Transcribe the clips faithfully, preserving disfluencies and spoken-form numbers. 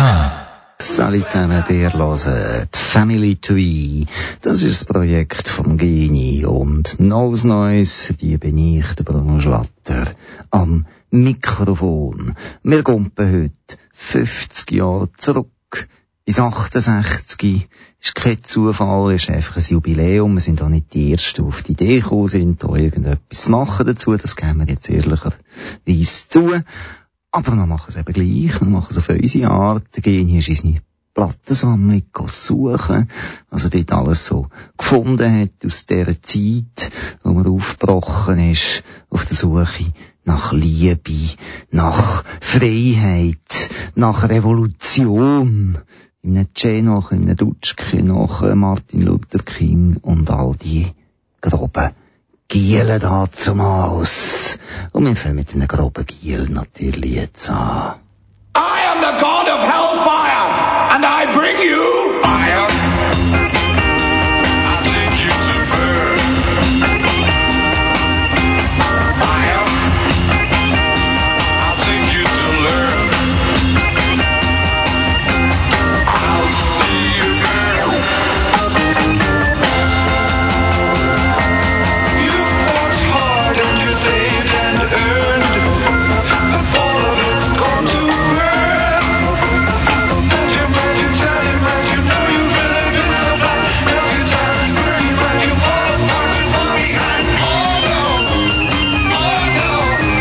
K. Salut zusammen, ihr hört Family Tree. Das ist das Projekt vom Geni und Neues Neues, für die bin ich, der Bruno Schlatter, am Mikrofon. Wir gumpen heute fünfzig Jahre zurück ins achtundsechzig. Ist kein Zufall, ist einfach ein Jubiläum. Wir sind auch nicht die Ersten, die auf die Idee gekommen sind, da irgendetwas zu machen dazu. Das geben wir jetzt ehrlicherweise zu. Aber wir machen es eben gleich, wir machen es auf unsere Art. Der Geni ist unsere Plattensammlung suchen, was er dort alles so gefunden hat aus dieser Zeit, wo man aufgebrochen ist, auf der Suche nach Liebe, nach Freiheit, nach Revolution. In einem Che nach, in einem Dutschke nach Martin Luther King und all die groben Gielen da zum Haus. Und wir fangen mit einem groben Giel natürlich jetzt an. I am the god of hellfire, and I bring you fire. I'll take you to burn. Fire. I'll take you to learn. I'll see you burn. You fought hard and you saved and earned, but all of it's gone to burn. And your mind, you tell your mind, you know you've really been so blind. As you turn, burn your mind, you fall apart, you fall behind. Oh no, oh no.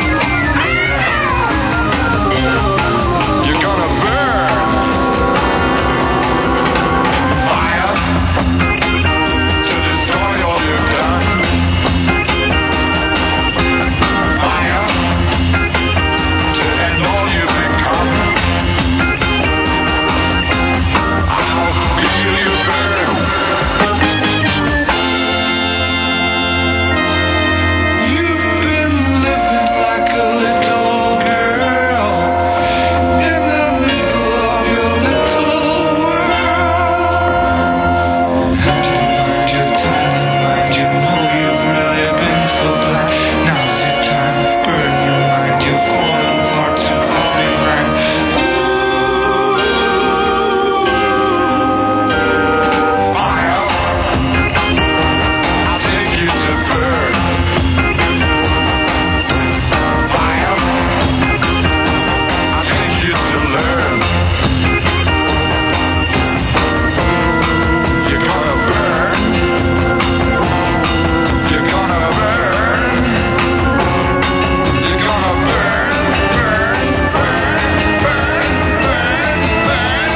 You're gonna burn. Fire to destroy all you've done. Fire to end all you've become. I'll feel you burn. You've been living like a little girl in the middle of your little world. And your mind, your tiny mind, you know you've really been so blind. Now's your time, burn your mind, you've fallen far too far behind. Fire, I'll take you to burn. Fire, I'll take you to learn. You're gonna burn. You're gonna burn. You're gonna burn, burn, burn, burn, burn, burn,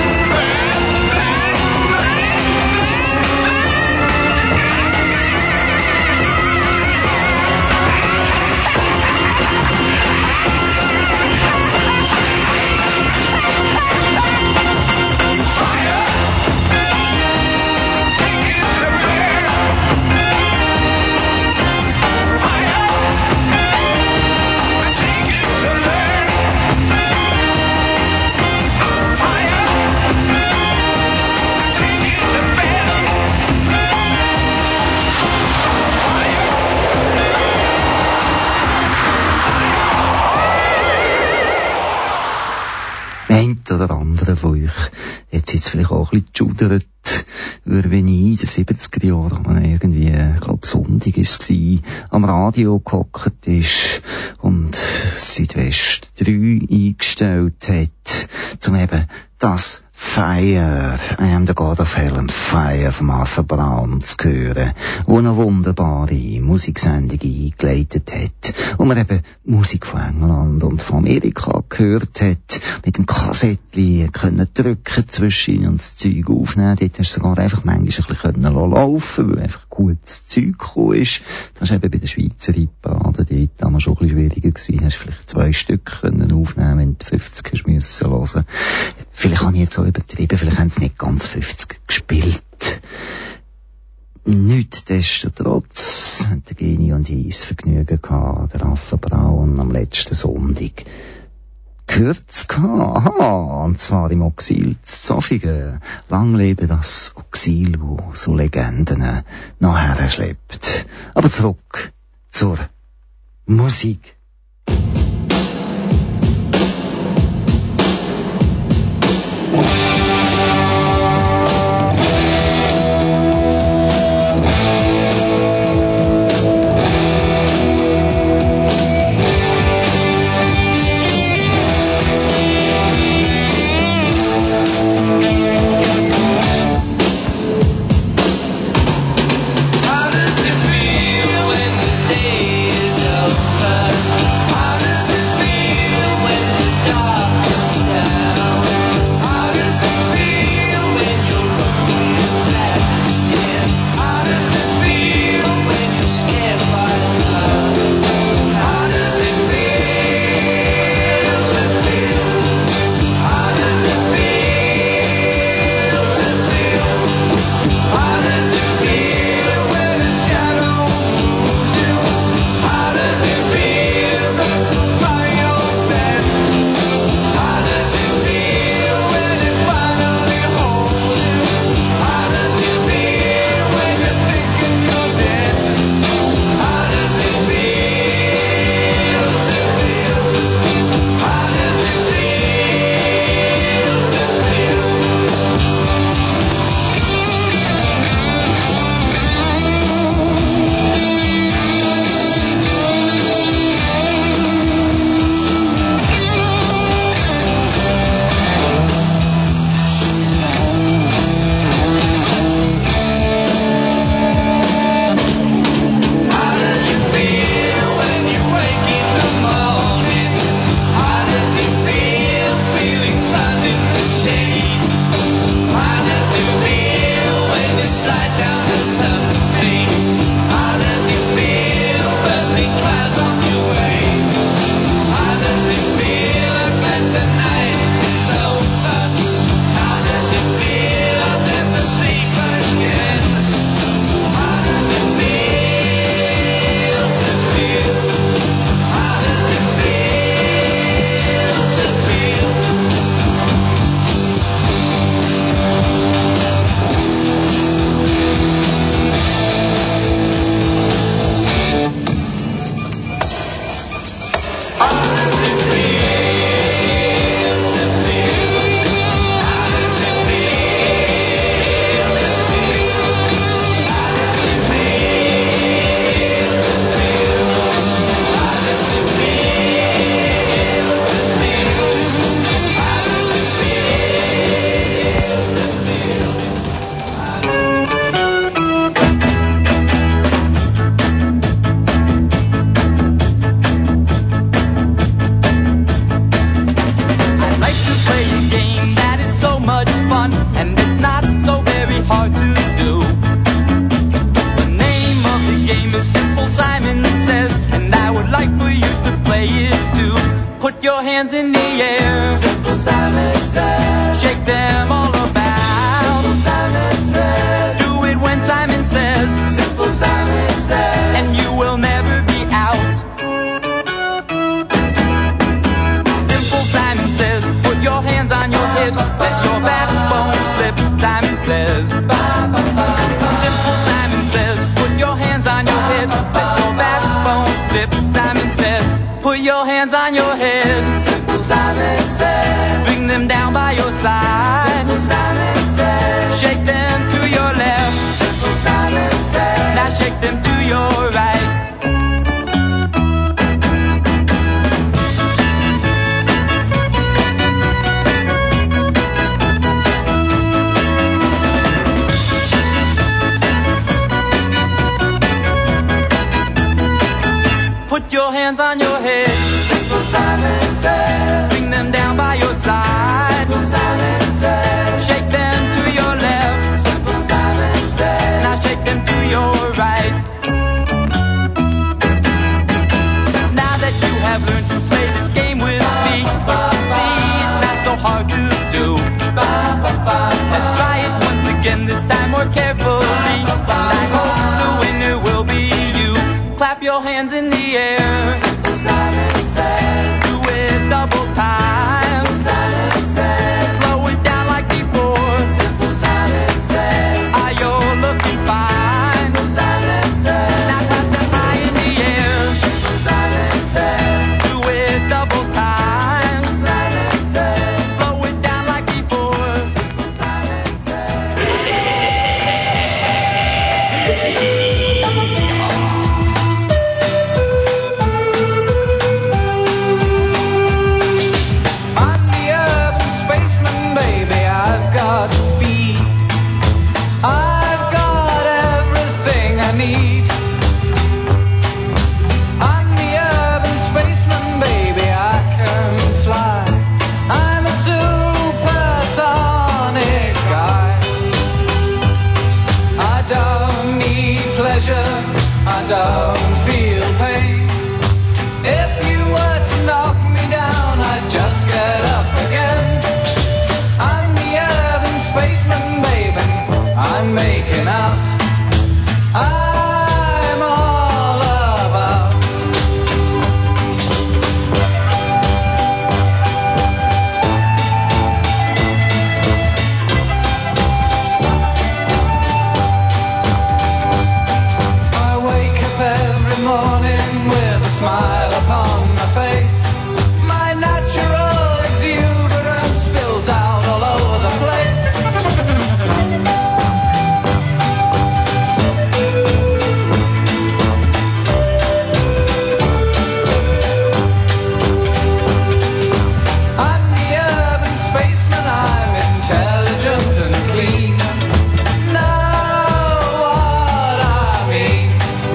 Ein oder andere von euch jetzt jetzt vielleicht auch ein bisschen geschudert, weil wenn ich in den siebziger Jahren irgendwie, ich glaube Sonntag ist es gewesen, am Radio gehockt ist und Südwest drei eingestellt hat, zum eben das Fire, I am the God of Hell and Fire von Martha Brown zu hören, wo eine wunderbare Musiksendung eingeleitet hat, wo man eben Musik von England und von Amerika gehört hat, mit dem Kassettchen können drücken zwischen und das Zeug aufnehmen, dort hast du sogar einfach manchmal ein bisschen laufen, weil einfach gutes Zeug gekommen ist. Das war eben bei der Schweizer Hitparade dort damals schon ein bisschen schwieriger gewesen, hast vielleicht zwei Stück können aufnehmen, wenn du fünfzig hast müssen hören. Vielleicht habe ich jetzt auch übertrieben, vielleicht haben sie nicht ganz fünfzig gespielt. Nichtsdestotrotz hat der Geni und ich das Vergnügen gehabt, der Raffa Braun am letzten Sonntag gehört gehabt. Aha, und zwar im Oxil zu Zofingen. Lang lebe das Oxil, wo so Legenden nachher schleppt. Aber zurück zur Musik. Fire! hands in the air. Simple Simon says. Shake them all about. Simple Simon says. Do it when Simon says. Simple Simon says. And you will never be out. Simple Simon says. Put your hands on your hips. Let your backbone slip. Simon says. Simple Simon says. Put your hands on your hips. Let your backbone slip. Simon says. Put your hands on your head. Simple Simon says. Bring them down by your side. Simple Simon says. Shake them to your left. Simple Simon says. Now shake them to your right. Put your hands on your head. Simple Simon says. Bring them down by your side. Simple Simon says. Shake them to your left. Simple Simon says. Now shake them to your right. Now that you have learned to play this game with me, you can see it's not so hard to do. Let's try it once again, this time more carefully. And I hope the winner will be you. Clap your hands in the air. Simple Simon says. Do it double time. Simple Simon says. Slow it down like before. Simple Simon says. Are you looking fine? Simple Simon says. Now clap them high in the air. Simple Simon says. Do it double time. Simple Simon says. Slow it down like before. Simple Simon says. I'm the urban spaceman, baby. I've got speed. I've got everything I need. I'm the urban spaceman, baby. I can fly. I'm a supersonic guy. I don't need pleasure. I don't feel pain. If you were to knock me down, I'd just get up again. I'm the urban spaceman, baby. I'm making out. I'm all about. I wake up every morning with a smile upon my face. My natural exuberance spills out all over the place. I'm the urban spaceman, I'm intelligent and clean. Know what I mean?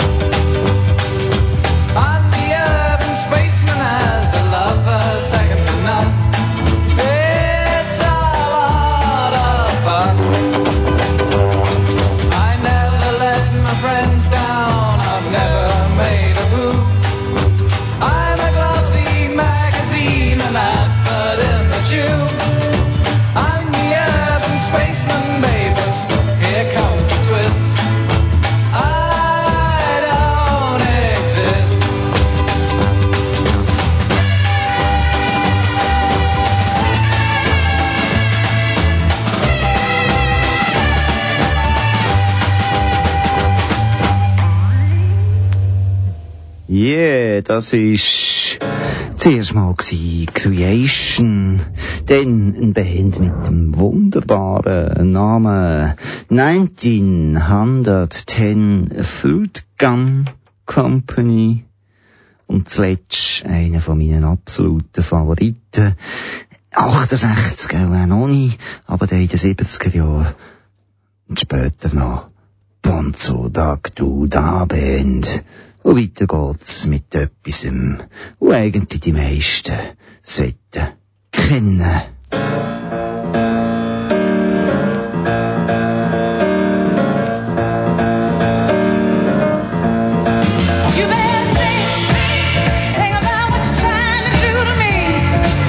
I'm the urban spaceman, as a lover, second to none. It's a lot of fun. I never let my friends down, I've never made a move. I'm a glossy magazine, an advert in the tube. I'm the urban spaceman, baby. Here comes the twist. I don't exist. Yeah, das ist zuerst mal gsi Creation, dann eine Band mit dem wunderbaren Namen neunzehnhundertzehn Fruit Gum Company und zuletzt einer von meinen absoluten Favoriten, achtundsechziger auch noch nicht, aber der in den siebziger Jahren und später noch Bonzo Dagdu Da Band. Und weiter geht's mit etwas, wo eigentlich die meisten sollten kennen. You better think, think about what you're trying to do to me.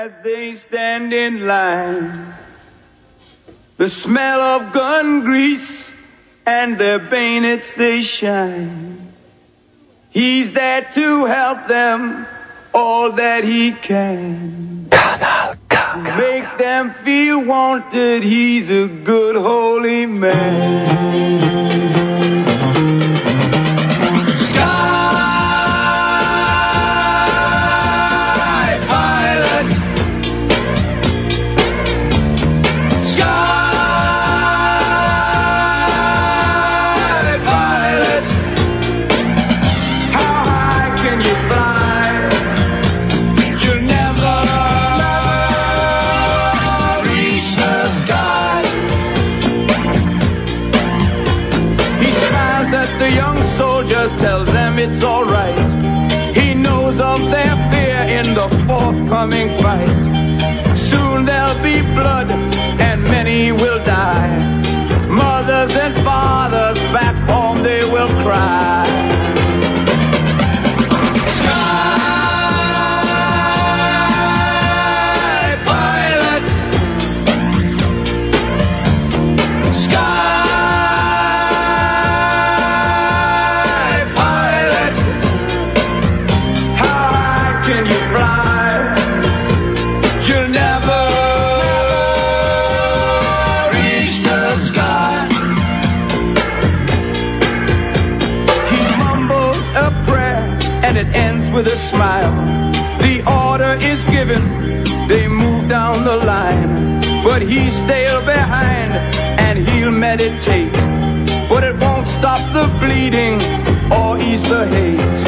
As they stand in line, the smell of gun grease and their bayonets they shine. He's there to help them all that he can. Kanal K. Make them feel wanted, he's a good holy man. Tells them it's alright. He knows of their fear in the forthcoming fight. Soon there'll be blood and many will die. Mothers and fathers back home they will cry. With a smile, the order is given, they move down the line, but he's still behind and he'll meditate, but it won't stop the bleeding or ease the hate.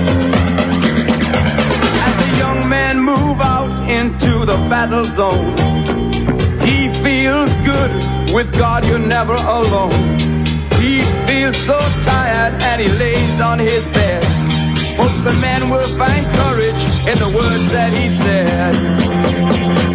As the young men move out into the battle zone, he feels good, with God you're never alone. He feels so tired and he lays on his bed. Hope the men will find courage in the words that he said.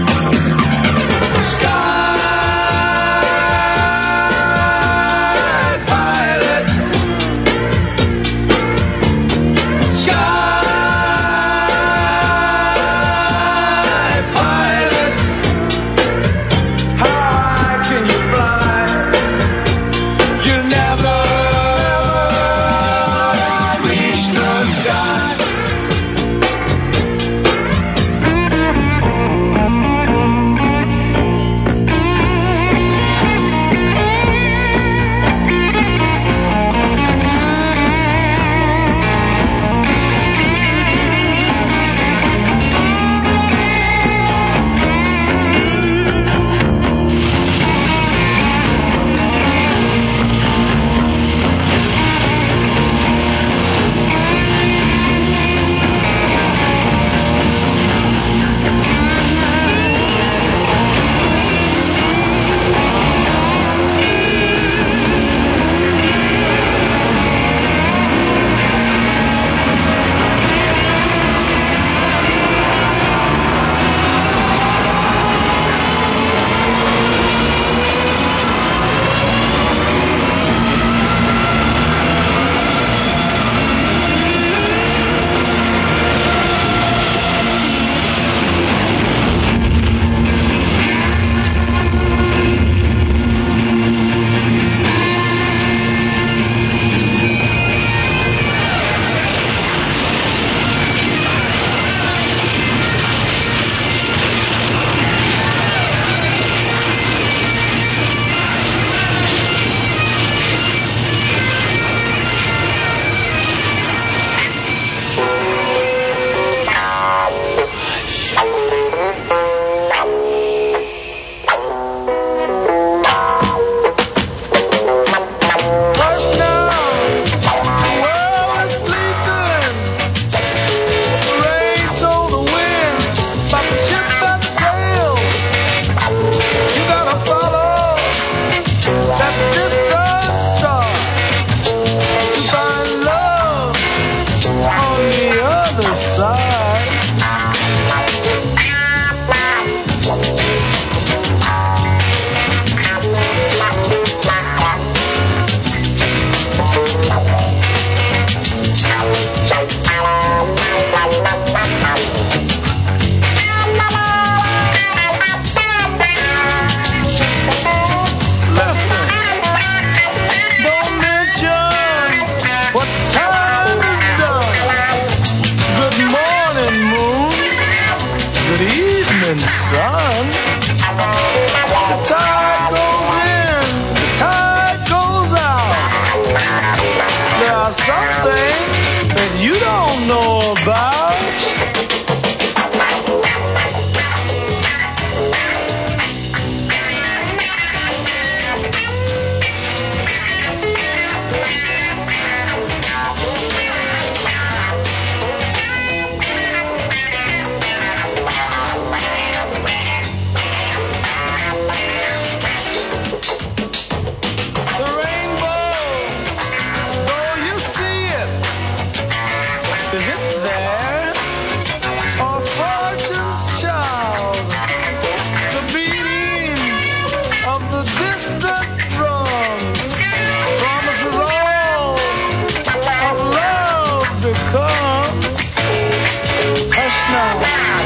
there? Or fortune's child? The beating of the distant drums promises all of love to come. Hush now.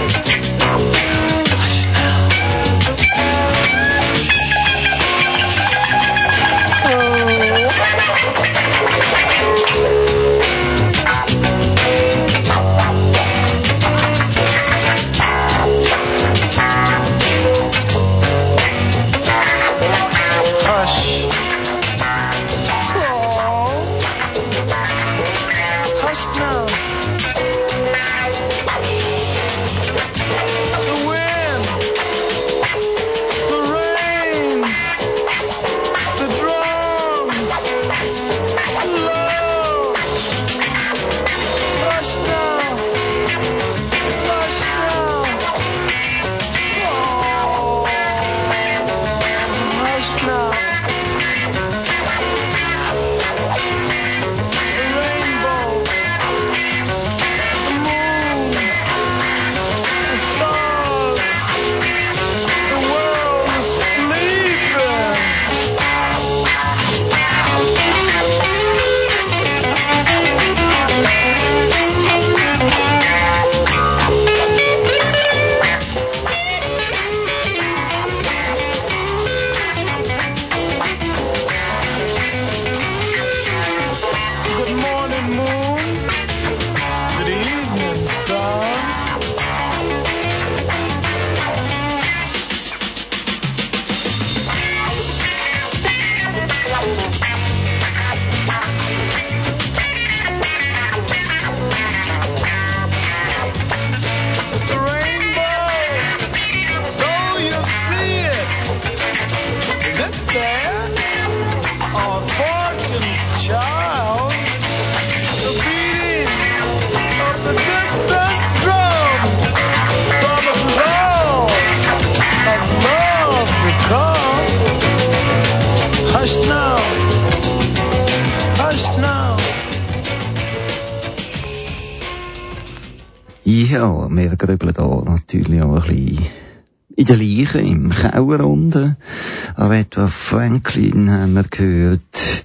Hush now. Ja, wir grübeln da natürlich auch ein bisschen in der Leiche, im Keller unten. Aber etwa Franklin haben wir gehört.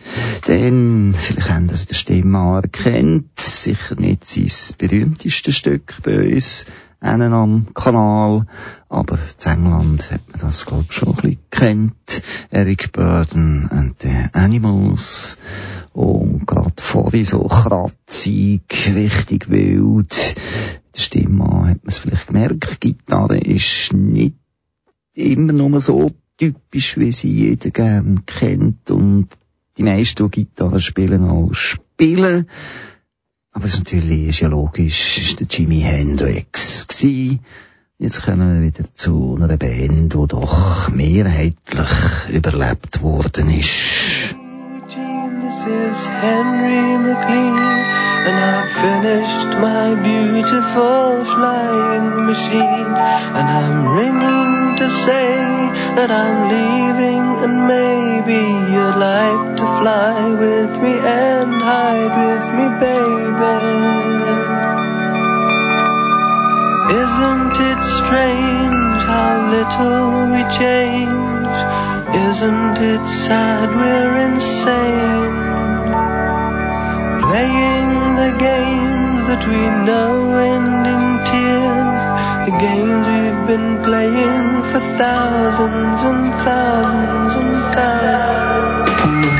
Dann, vielleicht haben Sie den Stimme erkannt, sicher nicht sein berühmtestes Stück bei uns, einen am Kanal. Aber in England hat man das, glaube ich, schon ein bisschen gekannt. Eric Burdon and the Animals. Und gerade vorhin so kratzig, richtig wild. Die Stimme hat man es vielleicht gemerkt. Gitarre ist nicht immer nur so typisch, wie sie jeder gern kennt. Und die meisten, die Gitarre spielen, auch spielen. Aber es ist natürlich, ist ja logisch, ist der Jimi Hendrix gewesen. Jetzt kommen wir wieder zu einer Band, die doch mehrheitlich überlebt worden ist. This is Henry McLean, and I've finished my beautiful flying machine, and I'm ringing to say that I'm leaving, and maybe you'd like to fly with me and hide with me, baby. Isn't it strange how little we change? Isn't it sad we're insane? Playing the games that we know end in tears, the games we've been playing for thousands and thousands and thousands.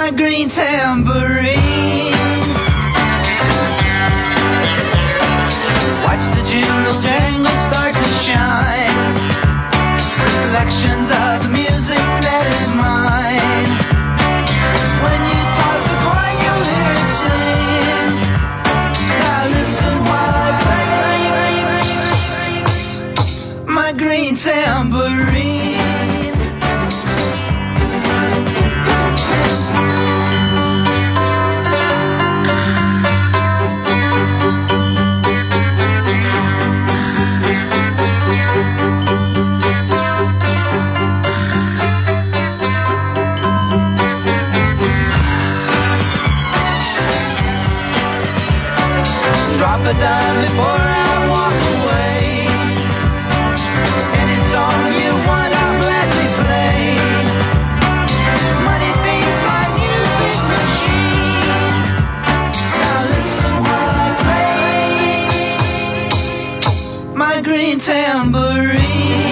my green tambourine. Watch the jingle jangle start to shine. Reflections of the music that is mine. When you toss a coin, you'll hear it sing. Now listen while I play my green tambourine. Drop a dime before I walk away. Any song you want, I'll gladly play. Money feeds my music machine. Now listen while I play my green tambourine.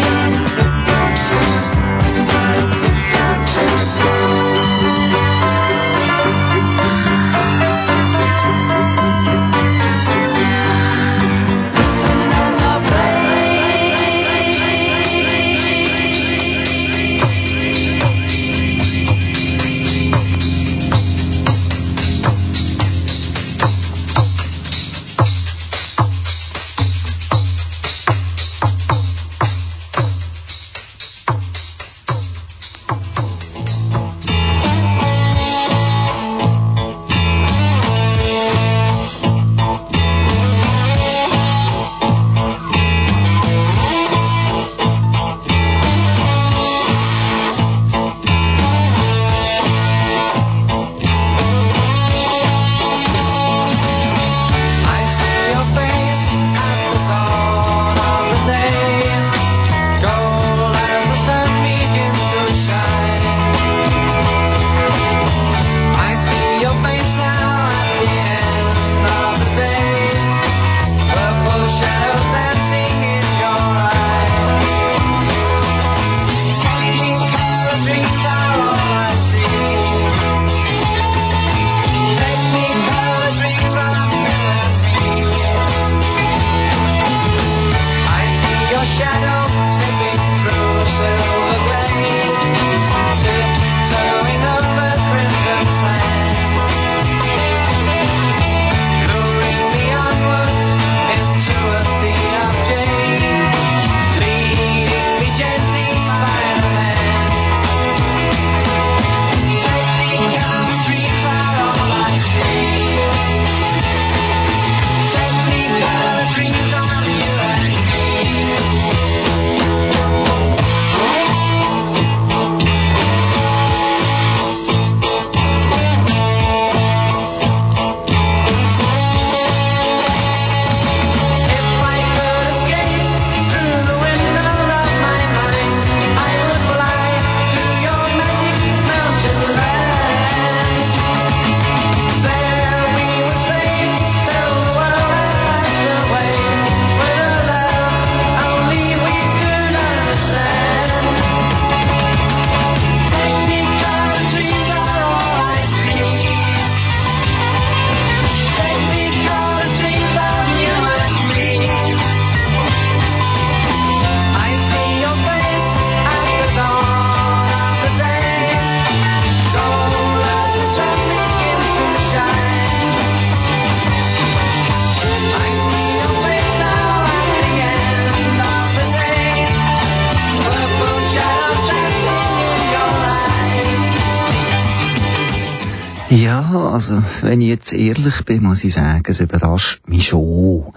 Ja, also, wenn ich jetzt ehrlich bin, muss ich sagen, es überrascht mich schon.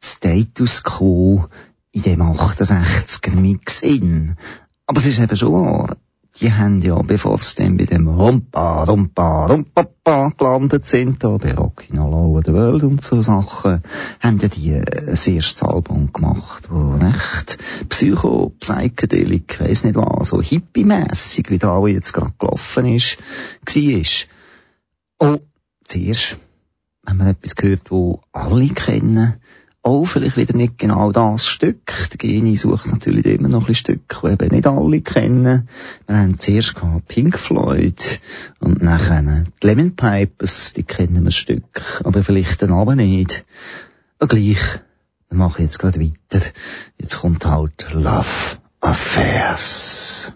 Status Quo in dem achtundsechziger Mix in. Aber es ist eben schon wahr. Die haben ja, bevor sie dann bei dem Rumpa, Rumpa, Rumpapa gelandet sind, da bei Rockin' All Over the World und so Sachen, haben ja die äh, das erste Album gemacht, wo recht psycho, psychedelic, weiss nicht was, so hippie-mässig, wie da auch jetzt gerade gelaufen ist, war. Oh, zuerst haben wir etwas gehört, wo alle kennen, auch vielleicht wieder nicht genau das Stück. Der Geni sucht natürlich immer noch ein bisschen Stücke, die eben nicht alle kennen. Wir haben zuerst gehabt Pink Floyd und nachher die Lemon Pipers, die kennen wir ein Stück, aber vielleicht dann aber nicht. Und gleich, dann mache ich jetzt gerade weiter. Jetzt kommt halt Love Affairs.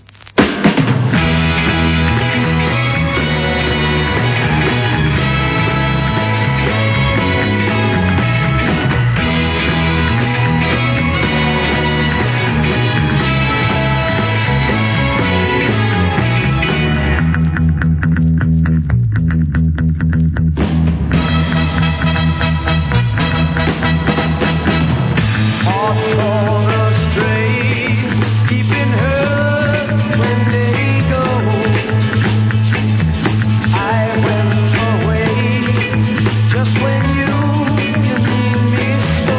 Hearts gone astray, keeping hurt when they go. I went away just when you you need me so.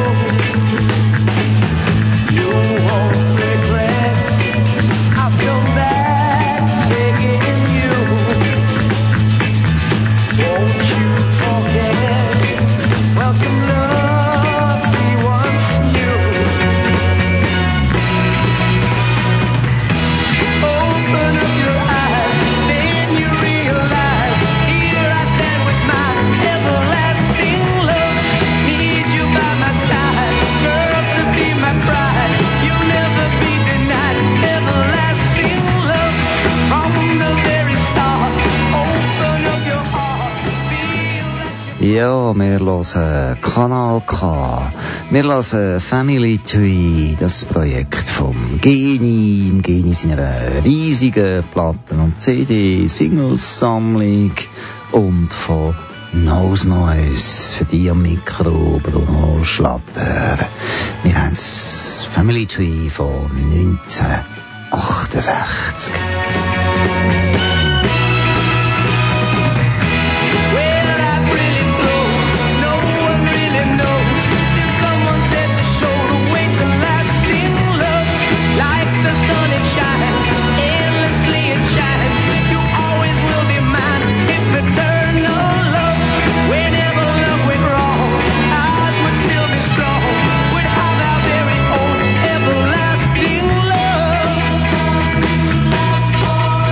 You won't regret. I've come back begging you. Won't you forget? Welcome love we once knew. Open up your eyes, then you realize. Here I stand with my everlasting love. Need you by my side, girl, to be my bride. You'll never be denied everlasting love. From the very start, open up your heart, feel that you. Ja, wir hören Kanal K. Wir hören Family Tree, das Projekt vom Geni, im Geni seiner riesigen Platten- und C D-Singles-Sammlung und von Nose Noise, für die am Mikro Bruno Schlatter. Wir haben das Family Tree von neunzehnhundertachtundsechzig. Where that really blows, no one really knows. Till someone's there to show the way to lasting love. Like the sun it shines, endlessly it shines. You always will be mine, if eternal love. Whenever love went wrong, ours would still be strong. We'd have our very own everlasting love. Last forever.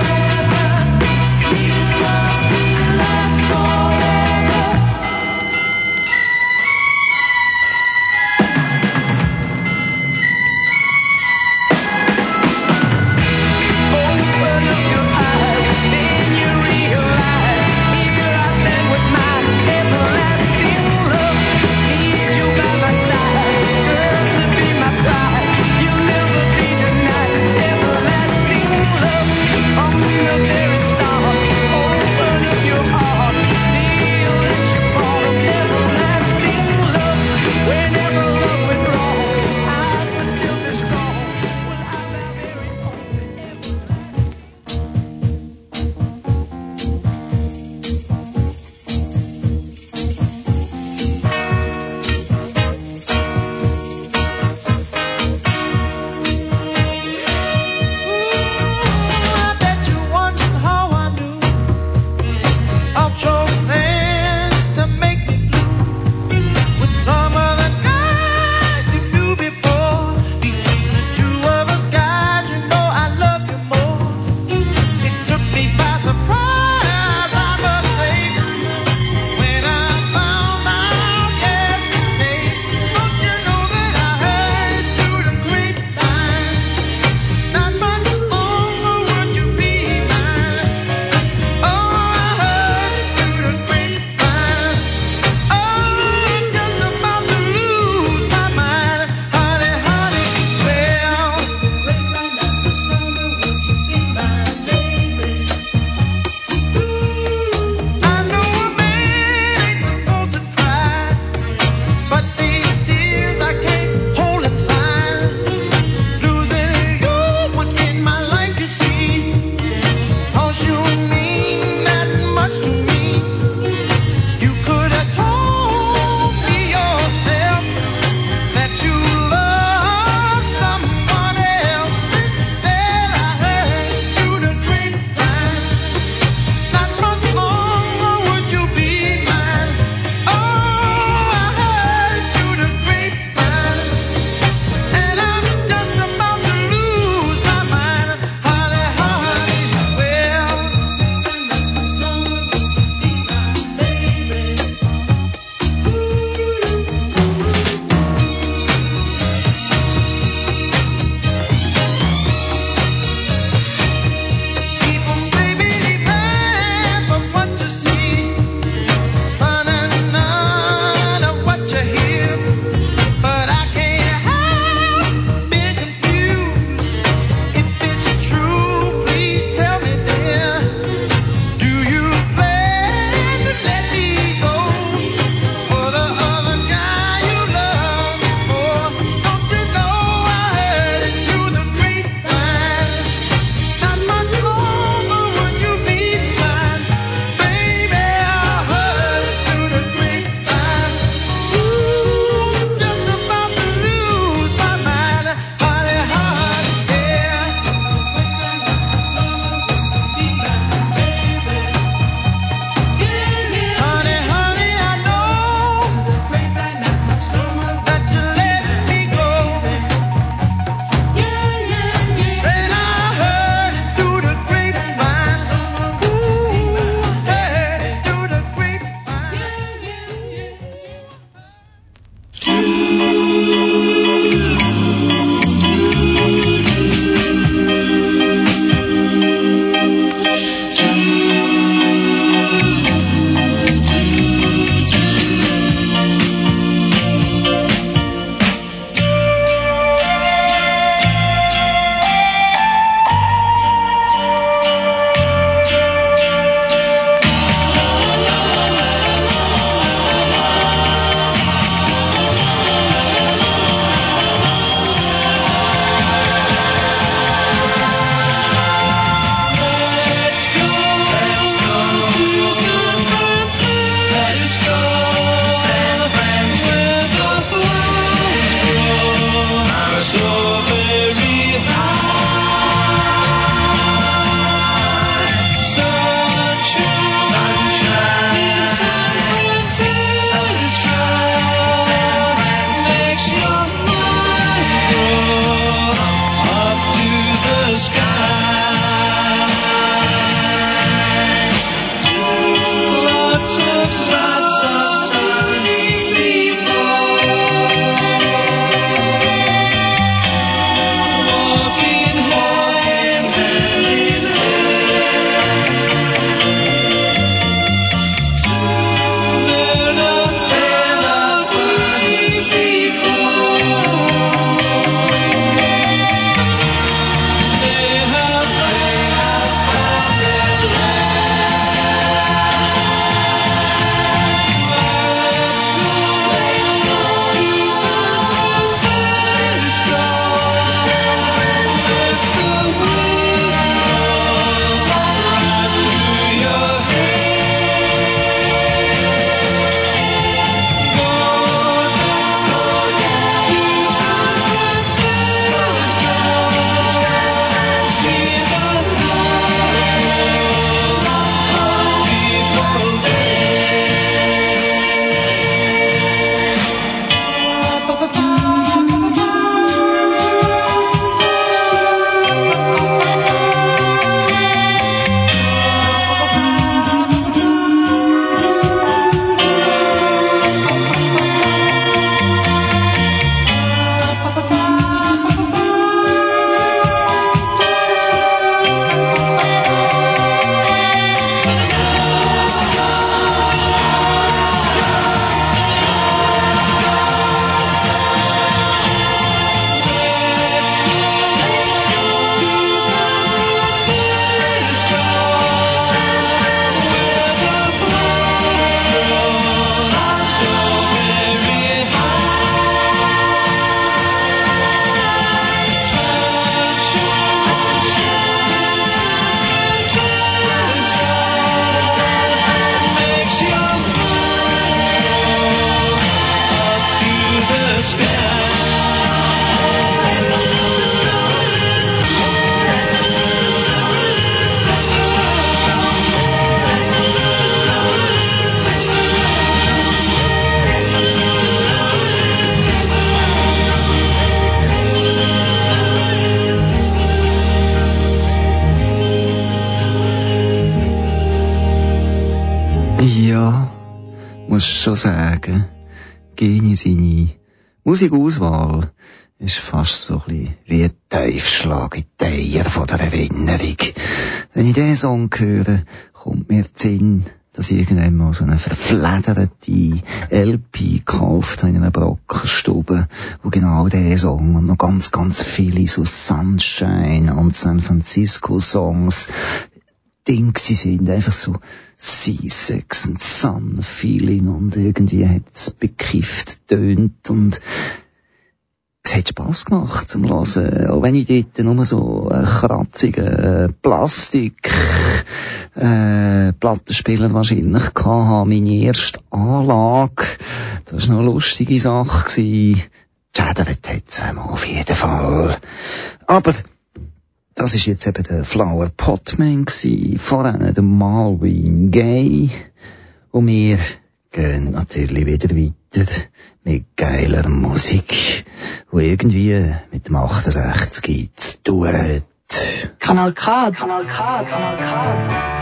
Ja, muss schon sagen, Genie seine Musikauswahl ist fast so ein bisschen wie ein Tiefschlag in die Eier von der Erinnerung. Wenn ich diesen Song höre, kommt mir der Sinn, dass ich irgendwann mal so eine verflederte L P gekauft habe in einer Brockenstube, wo genau diesen Song und noch ganz, ganz viele so Sunshine und San Francisco Songs Ding sind, einfach so Sea, Sex and Sun Feeling und irgendwie hat es bekifft tönt und es hat Spass gemacht zum Hören, auch wenn ich dort nur so einen kratzigen Plastik äh, Plattenspieler wahrscheinlich hatte, meine erste Anlage, das war noch eine lustige Sache gewesen, geschädert hat es auf jeden Fall, aber das ist jetzt eben der Flower Potman gsi, vorhin der Marvin Gaye. Und wir gehen natürlich wieder weiter mit geiler Musik, die irgendwie mit dem achtundsechzig zu tun hat. Kanal K, Kanal K, Kanal K.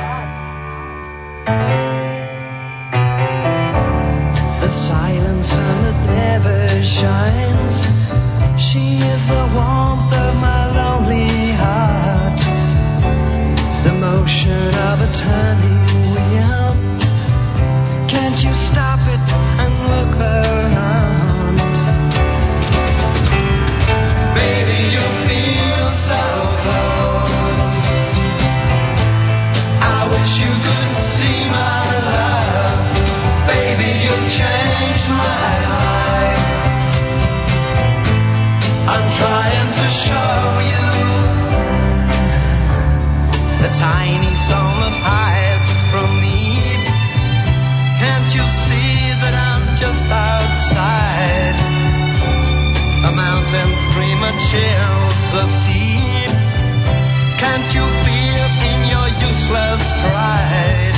The silent sun that never shines. She is the warmth of my lonely heart. The motion of a turning wheel. Can't you stop it and look around? Baby, you feel so close. I wish you could see my love. Baby, you've changed my life. I'm trying to show you the tiny solar pipe from me. Can't you see that I'm just outside? A mountain stream chills the sea. Can't you feel in your useless pride?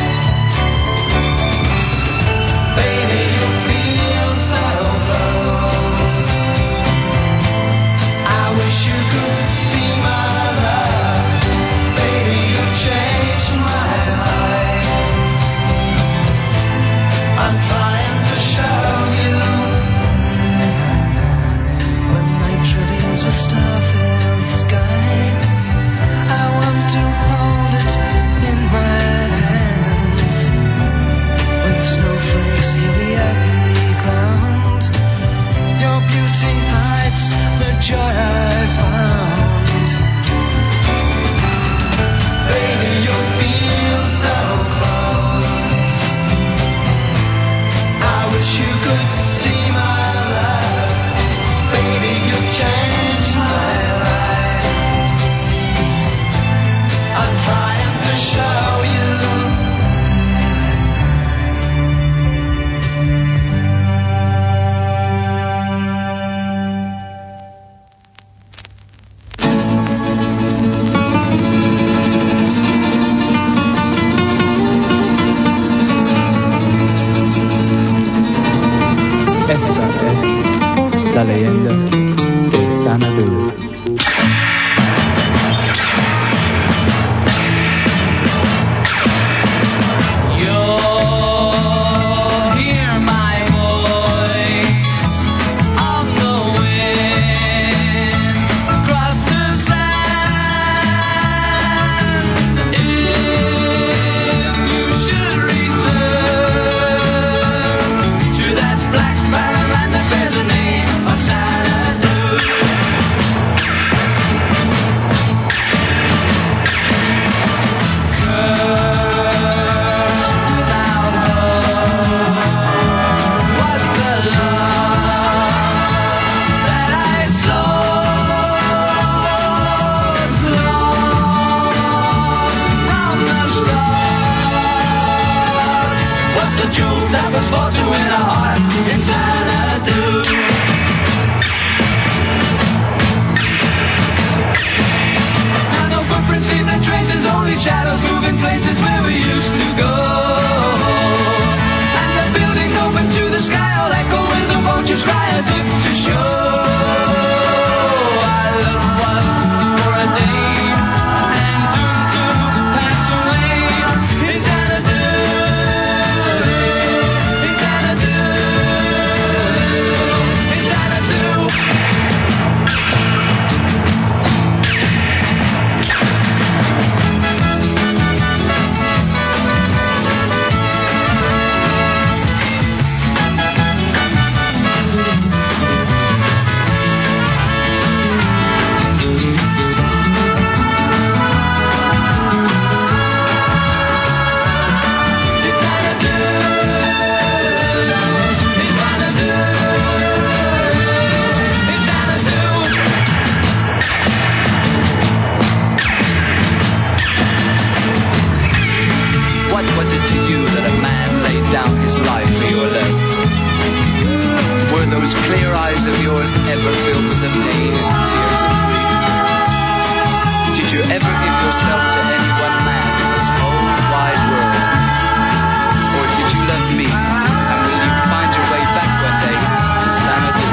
Baby, you feel so close. I wish you could see my love. Baby, you changed my life. I'm trying to show you. When night reveals a star-filled sky, I want to hold it in my hands. When snowflakes heal the ugly ground, your beauty hides the joy I found. Baby, you feel so close. I wish you could see my love. Baby, you changed my life. I'm trying to show you. Esta es la leyenda de Xanadu. You'll hear my voice on the wind across the sand. If you should return to that black barren land that bears the name of Xanadu. That was fought to win a heart in Xanadu. Now no footprints leave no traces, only shadows moving places where we used to go. And the buildings open to the sky, all echo when the vultures cry as if to show our love was for a day and doomed to pass away in Xanadu. those clear eyes of yours ever filled with the pain and tears of grief? Did you ever give yourself to any one man in this whole wide world? Or did you love me, and will you find your way back one day to Xanadu?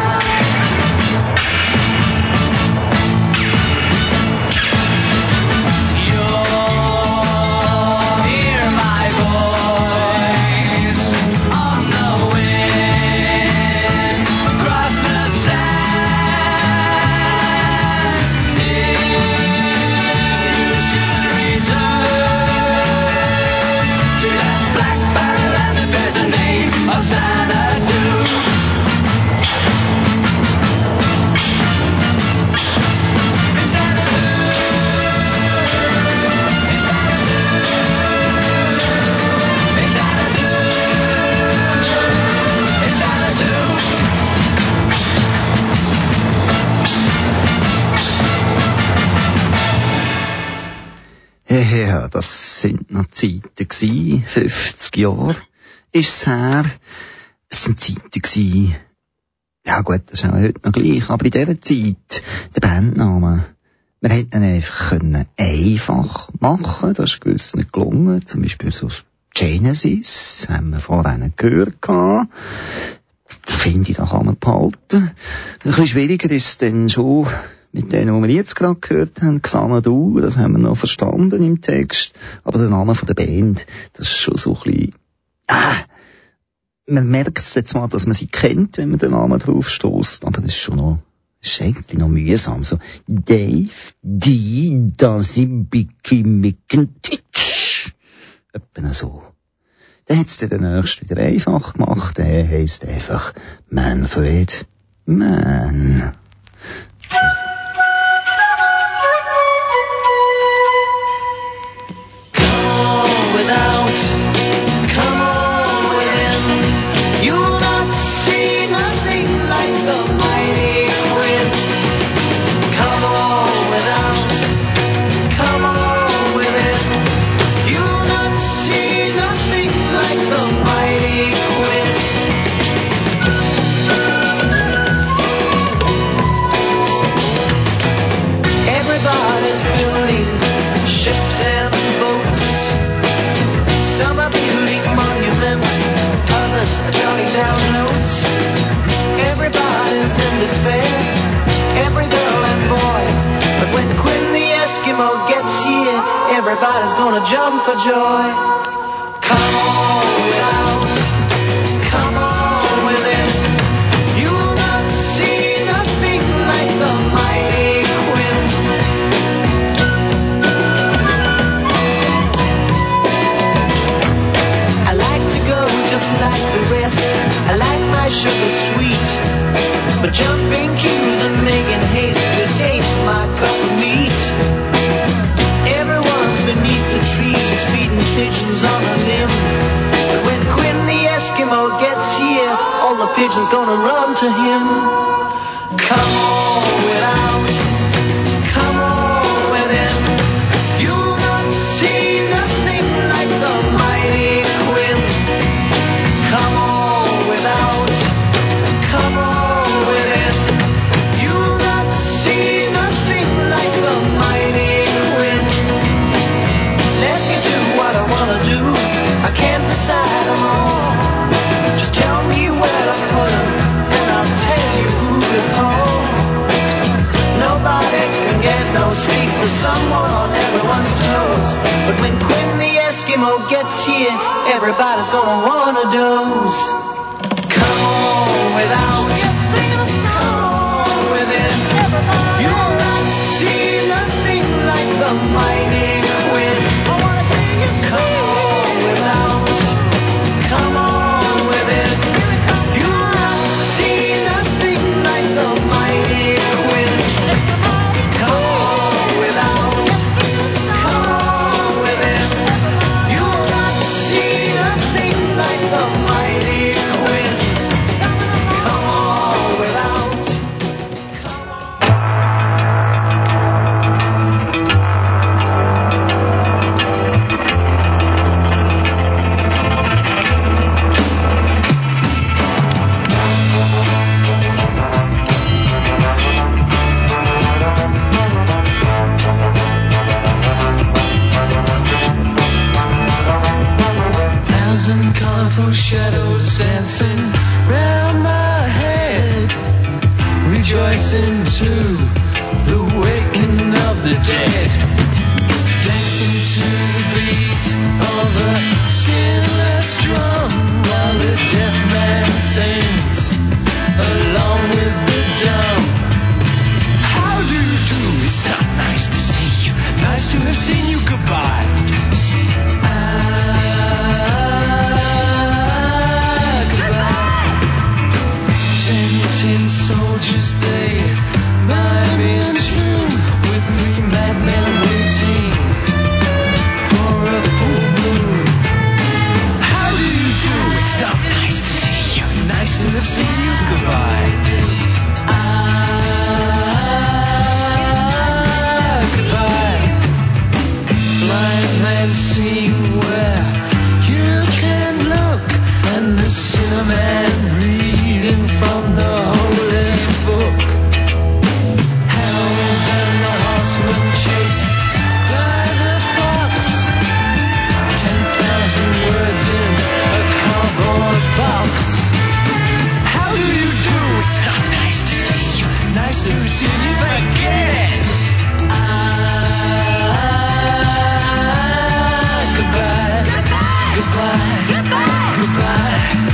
Ja, das sind noch Zeiten gsi, fünfzig Jahre ist's her. Es sind Zeiten gsi, ja gut, das ist auch heute noch gleich, aber in dieser Zeit, der Bandname, wir hätten ihn einfach können einfach machen, das ist gewiss nicht gelungen, zum Beispiel so Genesis, haben wir vorher gehört gehabt. Finde ich, da kann man behalten. Ein bisschen schwieriger ist es dann schon mit denen, die wir jetzt gerade gehört haben, Xanadu, das haben wir noch verstanden im Text, aber der Name von der Band, das ist schon so ein bisschen, ah, man merkt es jetzt mal, dass man sie kennt, wenn man den Namen drauf stößt, aber das ist schon noch, das ist eigentlich noch mühsam, so, Dave D. Dazzy Bicky Mickentitch, etwa so. Der hat's dann den nächsten wieder einfach gemacht, der heisst einfach Manfred Mann. Everybody's gonna jump for joy. Come on without, come on within. You will not see nothing like the mighty Quinn. I like to go just like the rest. I like my sugar sweet, but jumping queues and making haste just ain't my cup of meat. Beneath the trees, feeding pigeons on a limb. But when Quinn the Eskimo gets here, all the pigeons gonna run to him. Come on without, come on within. You'll not see nothing like the mighty Quinn. Come on without, come on within. You'll not see nothing like the mighty Quinn. Let me do what I wanna do. I can't decide them all. Just tell me where to put them, and I'll tell you who to call. Nobody can get no sleep with someone on everyone's toes. But when Quinn the Eskimo gets here, everybody's gonna wanna doze. Come on without, come on within. You'll not see nothing like the mighty Quinn. Come on without, come on within. You'll not see nothing like the mighty Quinn. Come on without, come on within. You'll not see nothing like the mighty Quinn. Come on without, come on. colorful shadows dancing round my head, rejoicing to the waking of the dead, dancing to the beat of a skinless drum while the deaf man sings along with the dumb. How do you do? It's not nice to see you, nice to have seen you, goodbye. Tin soldiers, they mime in tune with three madmen waiting for a full moon. How do you do? It's not nice to see you, nice to have seen you, goodbye. Ah, goodbye. Blind man seeing where you can look, and the sinner man reading from the holy book. Hounds and the horsemen chased by the fox. Ten thousand words in a cardboard box. How do you do? It's not nice to see you, nice to see you again. Ah, goodbye, goodbye, goodbye, goodbye.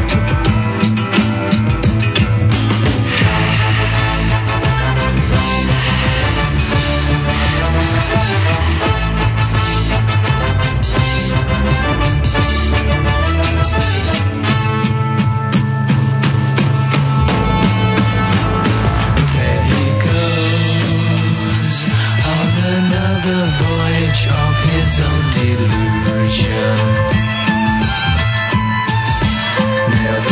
Of his own delusion, never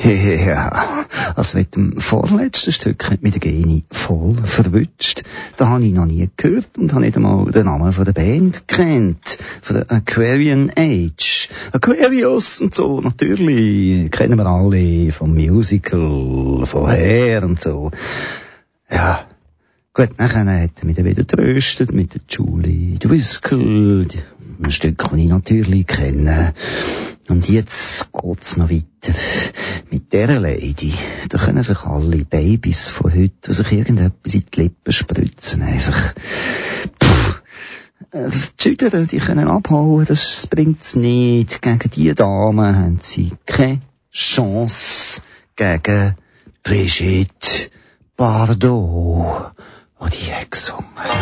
Ja, also mit dem vorletzten Stück hat mich der Geni voll verwünscht. Da habe ich noch nie gehört und habe nicht einmal den Namen von der Band kennt. Von der Aquarian Age. Aquarius und so, natürlich. Kennen wir alle vom Musical, von Hair und so. Ja. Gut, nachher hat er mich dann wieder tröstet mit der Julie Driscoll. Ein Stück, das ich natürlich kenne. Und jetzt geht's noch weiter mit dieser Lady. Da können sich alle Babys von heute, die sich irgendetwas in die Lippen spritzen, einfach, pff, die Schüler, die können abhauen, das bringt's nicht. Gegen die Damen haben sie keine Chance. Gegen Brigitte Bardot, die die hat gesungen.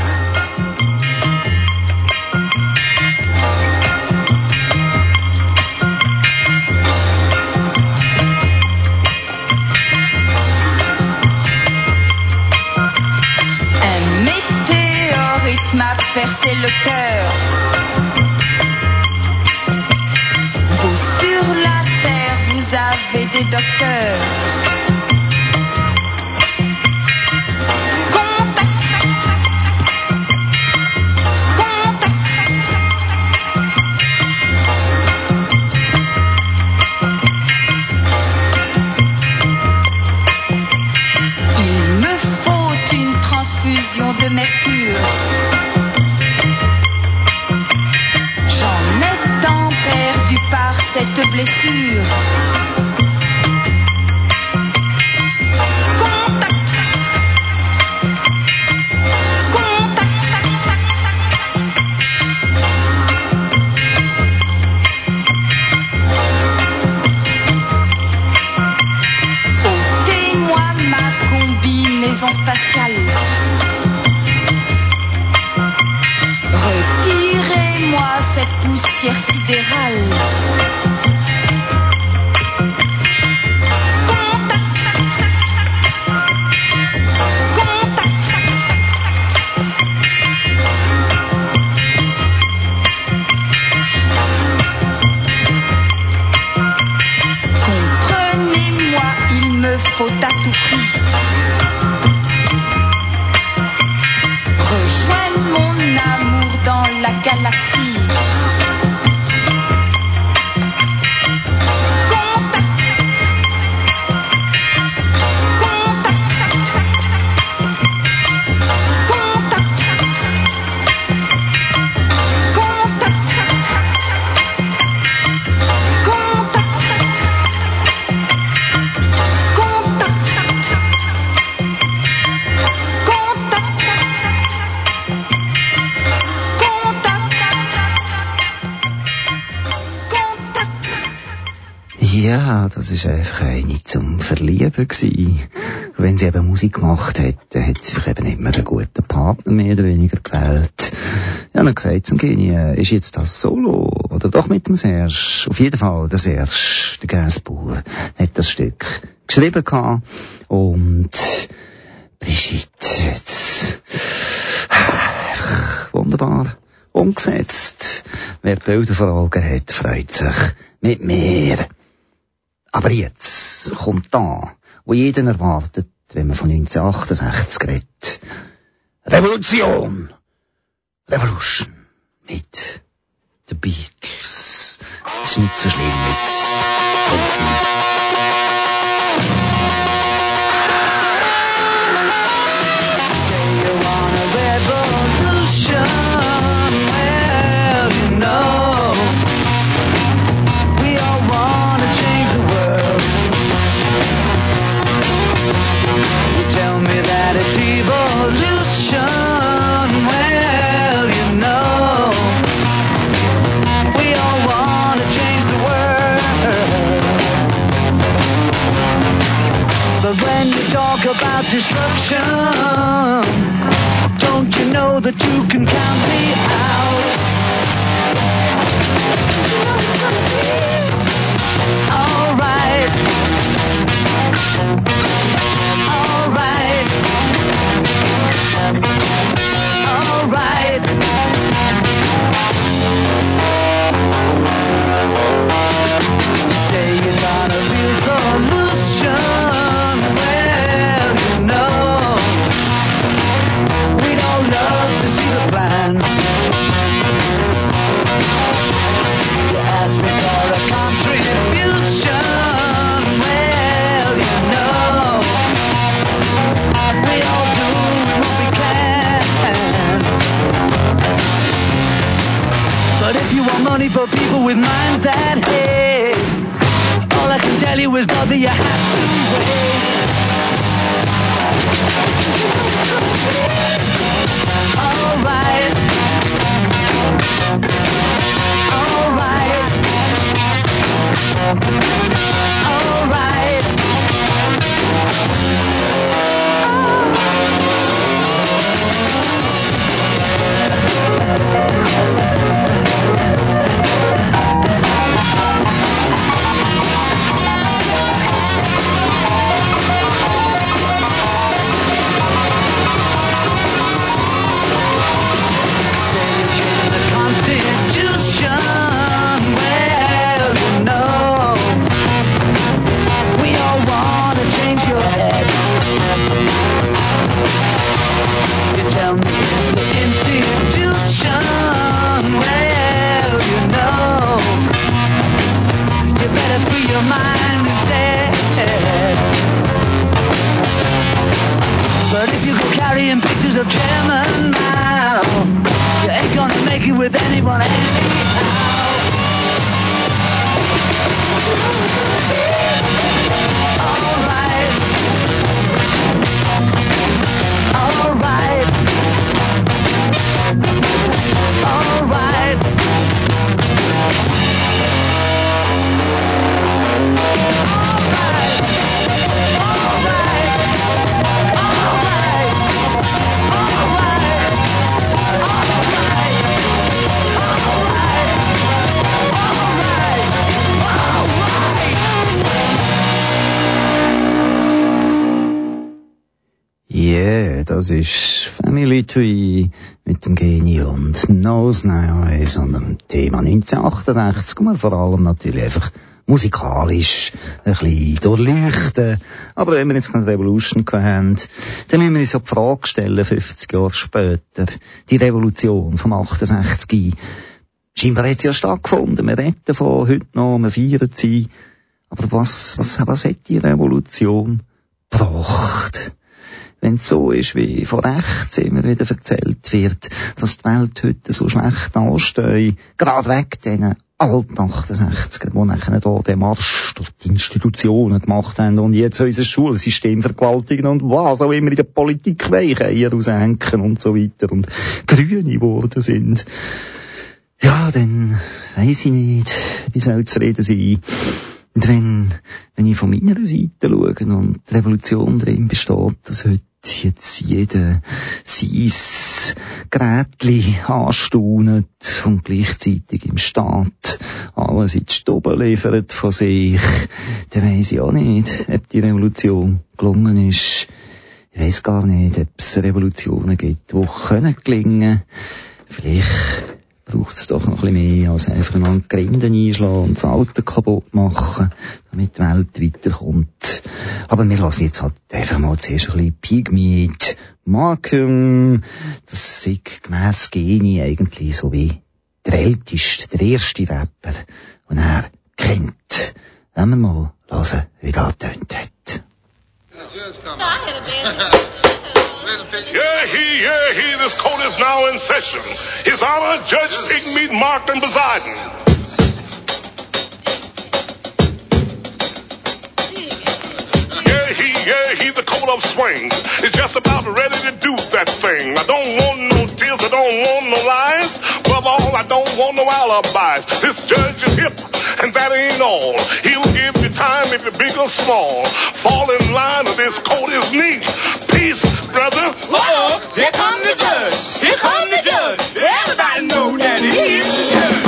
M'a percé le cœur. Vous sur la terre, vous avez des docteurs. Contact, contact. Il me faut une transfusion de mercure. Par cette blessure. Contact, contact. Ôtez-moi ma combinaison spatiale. Retirez-moi cette poussière sidérale. Faut à tout prix rejoindre mon amour dans la galaxie. Contact, contact, Ja, das ist einfach eine zum Verlieben gewesen. Wenn sie eben Musik gemacht hat, dann hat sie sich eben immer einen guten Partner mehr oder weniger gewählt. Ja, dann gesagt zum Genie, ist jetzt das Solo oder doch mit dem Serge? Auf jeden Fall, der Serge, der Gainsbourg, hat das Stück geschrieben gehabt und Brigitte hat's einfach wunderbar umgesetzt. Wer Bilder vor Augen hat, freut sich mit mir. Aber jetzt kommt da, wo jeder erwartet, wenn man von neunzehnhundertachtundsechzig redet. Revolution! Revolution! Mit den Beatles. Das ist nicht so schlimm, es kommt sie. About destruction, don't you know that you can count me out? Alright, alright, alright. You say you got a resolution. only for people with minds that hate. All I can tell you is, brother, you have to wait. Alright. Alright. Alright. Constitution, well, you know, we all want to change your head. You tell me it's the institution, well, you know, you better free your mind instead. But if you go carrying pictures of chairman now, you ain't gonna make it with anyone anyhow. Alright. Alright. Alright. Yeah, das ist Family Tree mit dem Genie und Nose Eyes und dem Thema neunzehnhundertachtundsechzig, und vor allem natürlich einfach musikalisch ein bisschen durchleuchten. Aber wenn wir jetzt keine Revolution haben, dann müssen wir uns auch die Frage stellen, fünfzig Jahre später, die Revolution vom achtundsechzig, scheinbar hat sie ja stattgefunden, wir reden davon heute noch, wir feiern sie, aber was, was, was hat die Revolution gebracht? Wenn es so ist, wie von rechts immer wieder erzählt wird, dass die Welt heute so schlecht ansteht, gerade weg diesen alten achtundsechziger, die nachher da den Marsch durch die Institutionen gemacht haben und jetzt unser Schulsystem vergewaltigen und was auch immer in der Politik Weichen raushängen und so weiter und Grüne geworden sind. Ja, dann weiss ich nicht, wie soll zufrieden sein. Und wenn, wenn ich von meiner Seite schaue und die Revolution drin besteht, dass heute jetzt jeder sein Gerätli anstaunet und gleichzeitig im Staat alles in die Stube liefert von sich, dann weiss ich auch nicht, ob die Revolution gelungen ist. Ich weiss gar nicht, ob es Revolutionen gibt, die können gelingen. Vielleicht braucht es doch noch ein bisschen mehr als einfach an die Grinden einschlagen und das Auto kaputt machen, damit die Welt weiterkommt. Aber wir lassen jetzt halt einfach mal zuerst ein bisschen Pygmeat, Markham, das ist gemäss Genie eigentlich so wie der älteste, der erste Rapper, den er kennt. Wenn wir mal hören, wie das tönt hat. Yeah, he, yeah, he, this court is now in session. His Honor, Judge Pigmeat Markham Poseidon. Yeah, he, yeah, he, the court of swing is just about ready to do that thing. I don't want no tears, I don't want no lies. Above all, I don't want no alibis. This judge is hip, and that ain't all. He'll give you time if you're big or small. Fall in line or this court is neat. Peace, brother. Uh-oh, here comes the judge. Here comes the judge. Everybody know that he's the judge.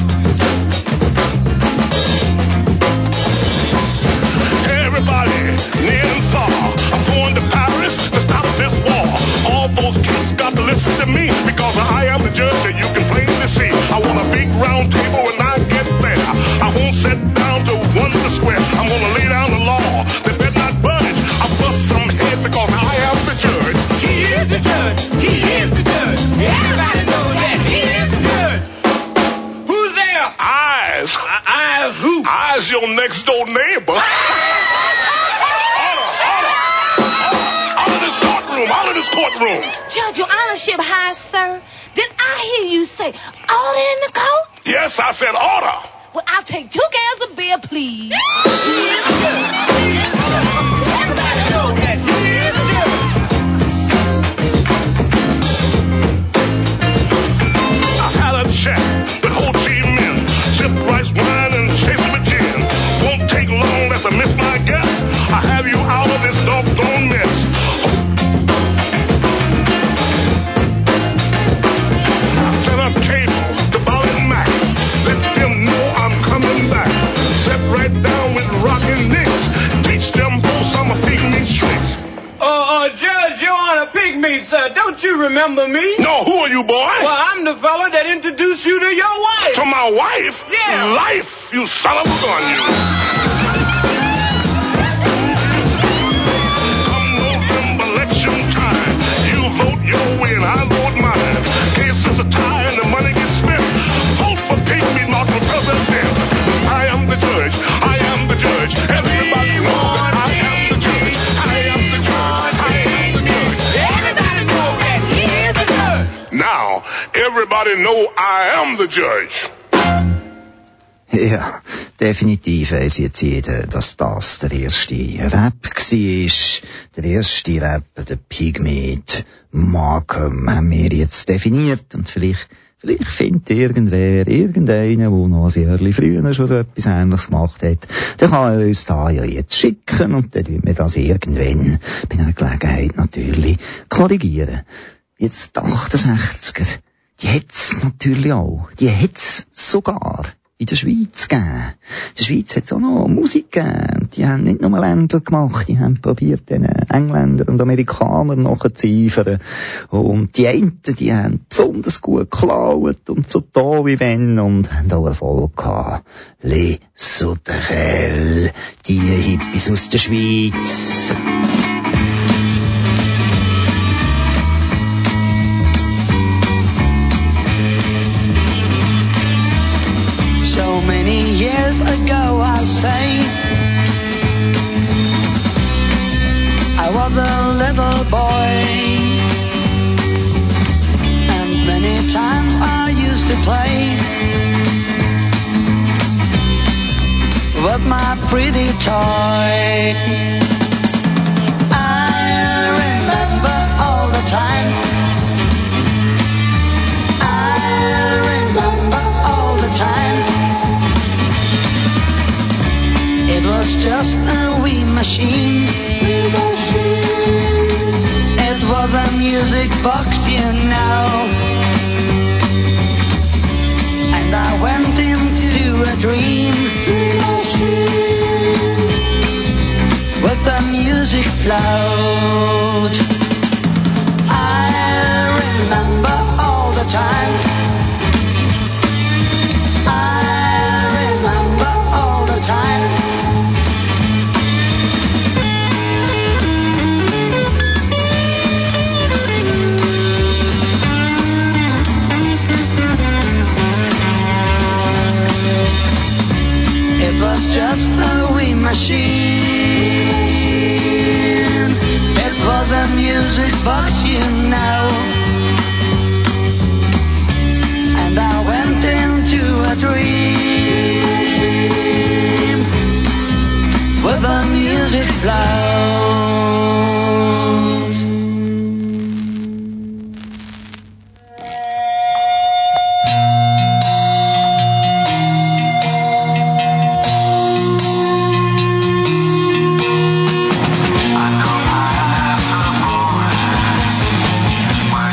Everybody, near and far, I'm going to Paris to stop this war. All those cats got to listen to me because I am the judge that you can plainly see. I want a big round table when I get there. I won't sit down to wonder square. I'm going to lay down the law. They better not budge. I'll bust some head because I am the judge. He is the judge. He is the judge. Everybody knows that he is the judge. Who's there? Eyes. Uh, eyes who? Eyes your next door neighbor. Out of this courtroom. Judge, your honorship, high sir. Did I hear you say order in the court? Yes, I said order. Well, I'll take two cans of beer, please. Everybody know that here's the deal. I had a chat with Ho Chi Minh. Sip rice wine and chase with gin. Won't take long, that's a miss my guess. I have you out of this doggone mess. I set up cable to Ballin Mac. Let them know I'm coming back. Set right down with rockin' nicks. Teach them folks some of pygmy tricks. Uh, uh, Judge, you're on a pygmy, sir. Don't you remember me? No, who are you, boy? Well, I'm the fella that introduced you to your wife. To my wife? Yeah. Life, you son of a gun, you. Come November election time, you vote your way and I vote mine. Case is a tie and the money gets spent. Vote for pygmy, not for president. I am the judge. I am the judge. Everybody knows that I am the judge. I am the judge. I am the judge. Everybody know that here's the judge. Now, everybody know I am the judge. Ja, definitiv weiss jetzt jeder, dass das der erste Rap war. Der erste Rap, der Pygmy, Markham, haben wir jetzt definiert. Und vielleicht, vielleicht findet irgendwer, irgendeiner, der noch ein Jahr früher schon so etwas Ähnliches gemacht hat, der kann uns da ja jetzt schicken und dann tun wir das irgendwann bei einer Gelegenheit natürlich korrigieren. Jetzt die achtundsechziger, die hat's natürlich auch. Die hat's sogar in der Schweiz gegeben. In der Schweiz hat es auch noch Musik gegeben. Die haben nicht nur Ländler gemacht, die haben probiert, den Engländern und Amerikanern nachzueifern. Und die einen, die haben besonders gut geklaut und so da wie wenn und haben auch Erfolg gehabt. Les Sauterelles, die Hippies aus der Schweiz. Years ago, I'll say, I was a little boy, and many times I used to play with my pretty toy. I remember all the time. I remember all the time. It was just a wee machine. Wee machine. It was a music box, you know. And I went into a dream. Wee machine. With the music flowed. I remember all the time. I remember all the time. It was just a wee machine. It was a music box, you know. And I went into a dream with the music flowed. I know my eyes are boys.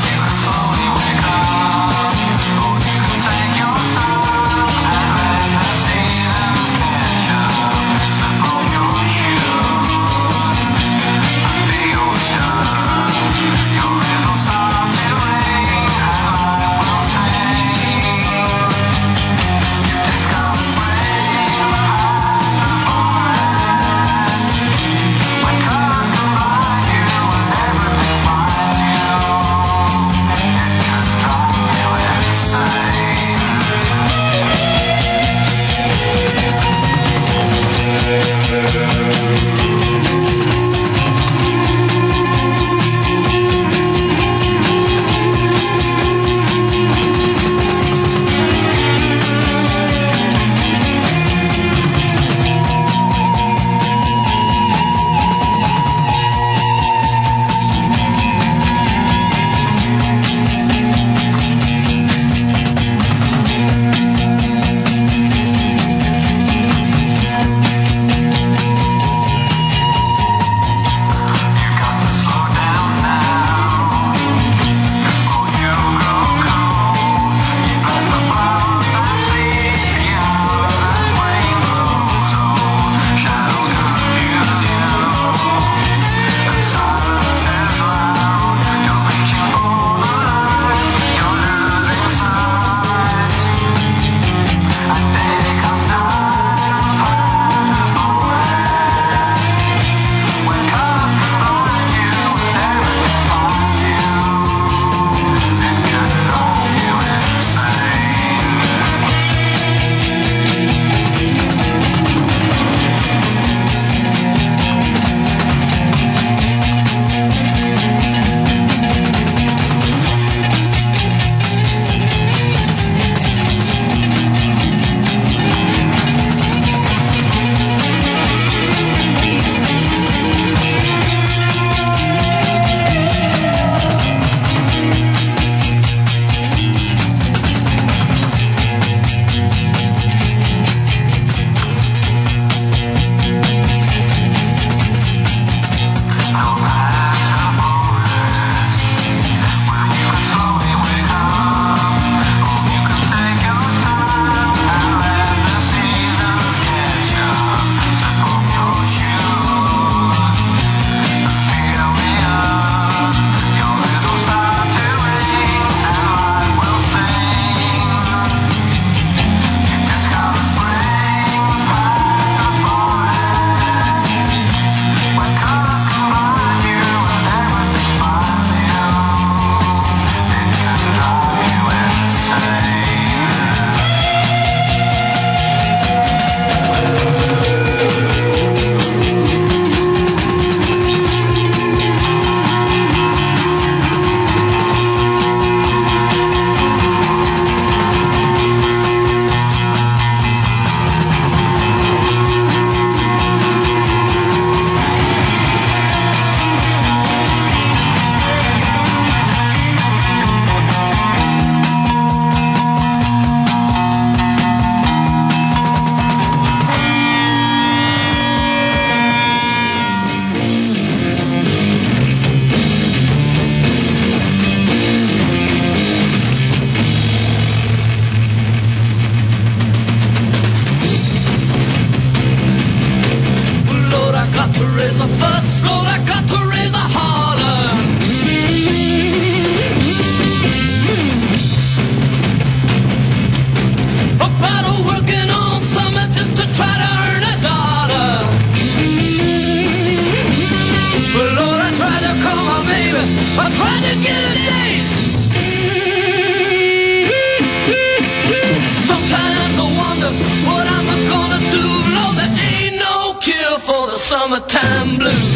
summertime blues.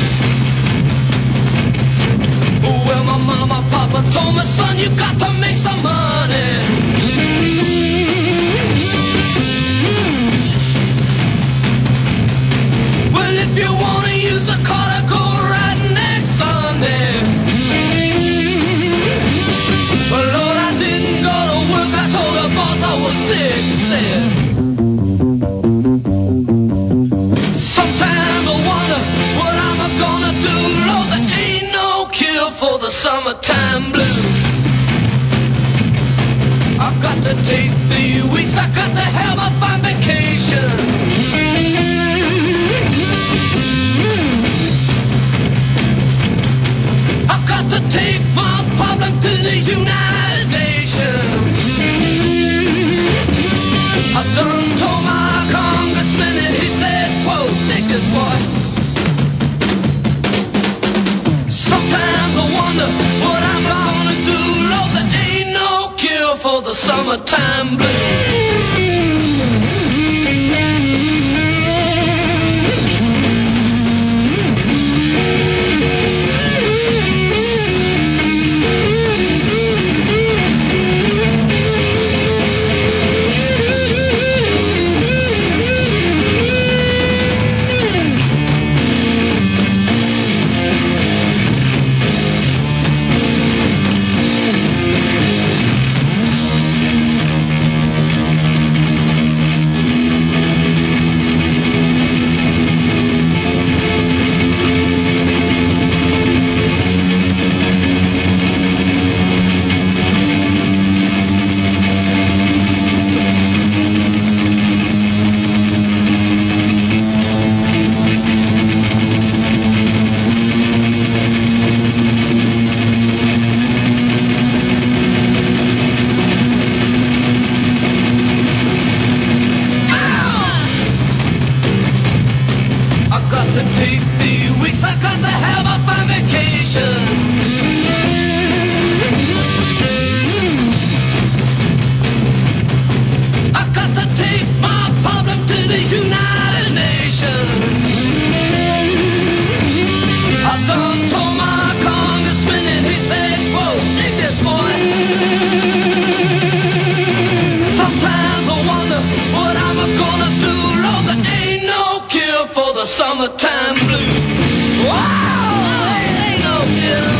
Well, my mama, papa told me, son, you got to make some money. Well, if you wanna use a car to go riding next Sunday. Well, Lord, I didn't go to work. I told the boss I was sick. Said, sometimes I wonder what I'm gonna do. Lord, there ain't no cure for the summertime blues. I've got to take three weeks. I got to have a fine vacation. I've got to take my problem to the United Nations. I done told my congressman and he said, whoa, take this boy. Sometimes I wonder what I'm gonna do. Lord, there ain't no cure for the summertime blues. Summertime blues. Wow, ain't no cure.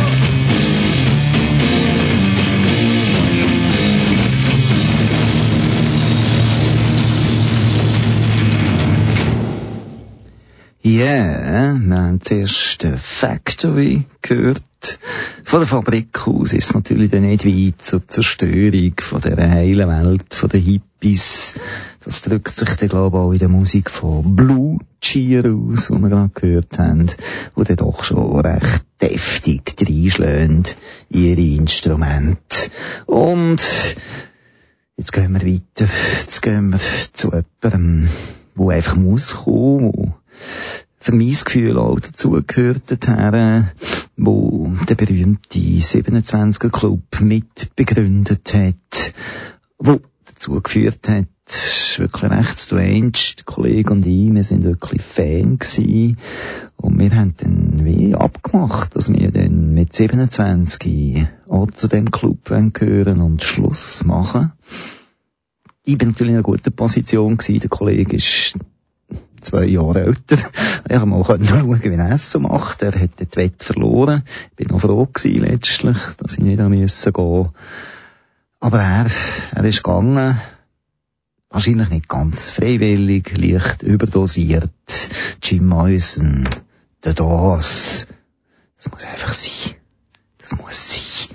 Yeah, wir haben zuerst die Factory gehört. Von der Fabrik aus ist es natürlich dann nicht weit zur Zerstörung von dieser heilen Welt, von den Hippies. Das drückt sich dann, glaube ich, auch in der Musik von Blue Cheer aus, die wir gerade gehört haben, die dann doch schon recht deftig reinschlägt in ihre Instrumente. Und jetzt gehen wir weiter. Jetzt gehen wir zu jemandem, der einfach muss kommen, der für mein Gefühl auch dazugehört dorthin, wo der berühmte siebenundzwanziger Club mit begründet hat, wo dazu geführt hat, es ist wirklich recht strange, der Kollege und ich, wir sind wirklich Fan gewesen und wir haben dann wie abgemacht, dass wir dann mit siebenundzwanzig auch zu dem Club gehören und Schluss machen. Ich bin natürlich in einer guten Position gewesen, der Kollege ist zwei Jahre älter. Ich konnte mal schauen, wie er es so macht. Er hat die Wette verloren. Ich bin noch froh gewesen, letztlich, dass ich nicht gehen musste. Aber er, er ist gegangen. Wahrscheinlich nicht ganz freiwillig, leicht überdosiert. Jim Morrison, The Doors. Das muss einfach sein. Das muss sein.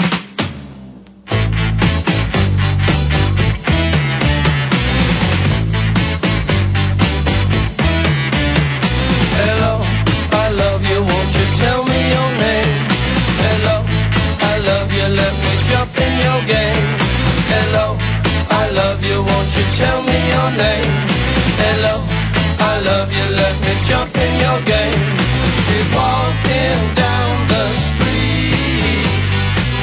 Tell me your name. Hello, I love you, let me jump in your game. She's walking down the street.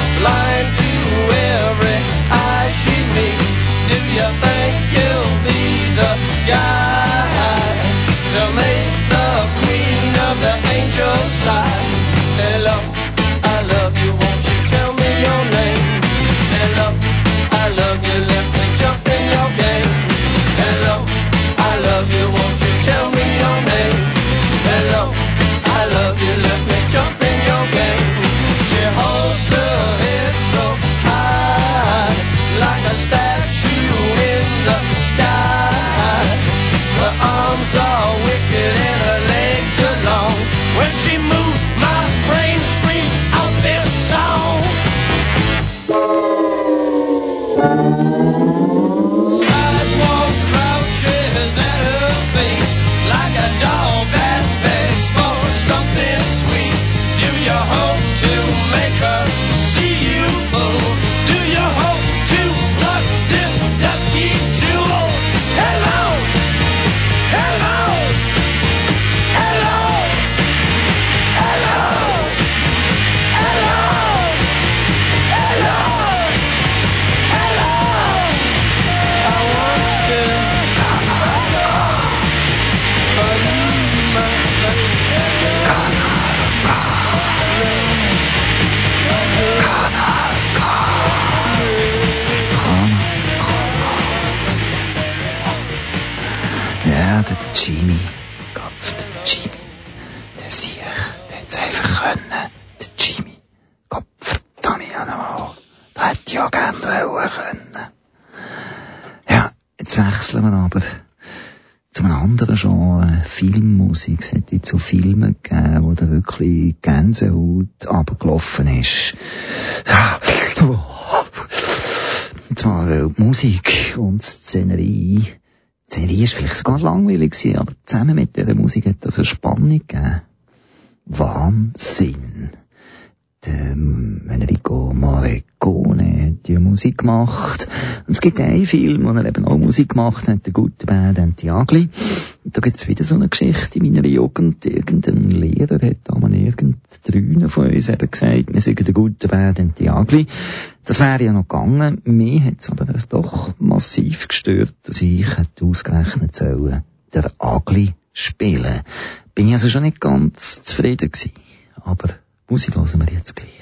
Ja, der Jimmy. Gott, der Jimmy. Der Sieg, der hätte es einfach können. Der Jimmy. Gott, verdammt ja nochmal. Der hätte ja gern wollen können. Ja, jetzt wechseln wir aber zu einem anderen Genre. Filmmusik. Es hätte zu Filmen gegeben, wo da wirklich Gänsehaut runtergelaufen ist. Ja, und zwar, weil Musik und Szenerie, die Szenerie ist vielleicht sogar langweilig gewesen, aber zusammen mit dieser Musik hat das eine Spannung gegeben. Wahnsinn. Der Enrico Morricone hat die Musik gemacht. Und es gibt einen Film, wo er eben auch Musik gemacht hat, The Good, The Bad and The Ugly. Und da gibt's wieder so eine Geschichte in meiner Jugend. Irgendein Lehrer hat einmal irgendeiner von uns eben gesagt, wir sagen The Good, The Bad and The Ugly. Das wäre ja noch gegangen. Mir hat's aber das doch massiv gestört, dass ich hätte ausgerechnet sollen, der Ugly spielen. Bin ich also schon nicht ganz zufrieden gewesen. Aber Musik hören wir jetzt gleich.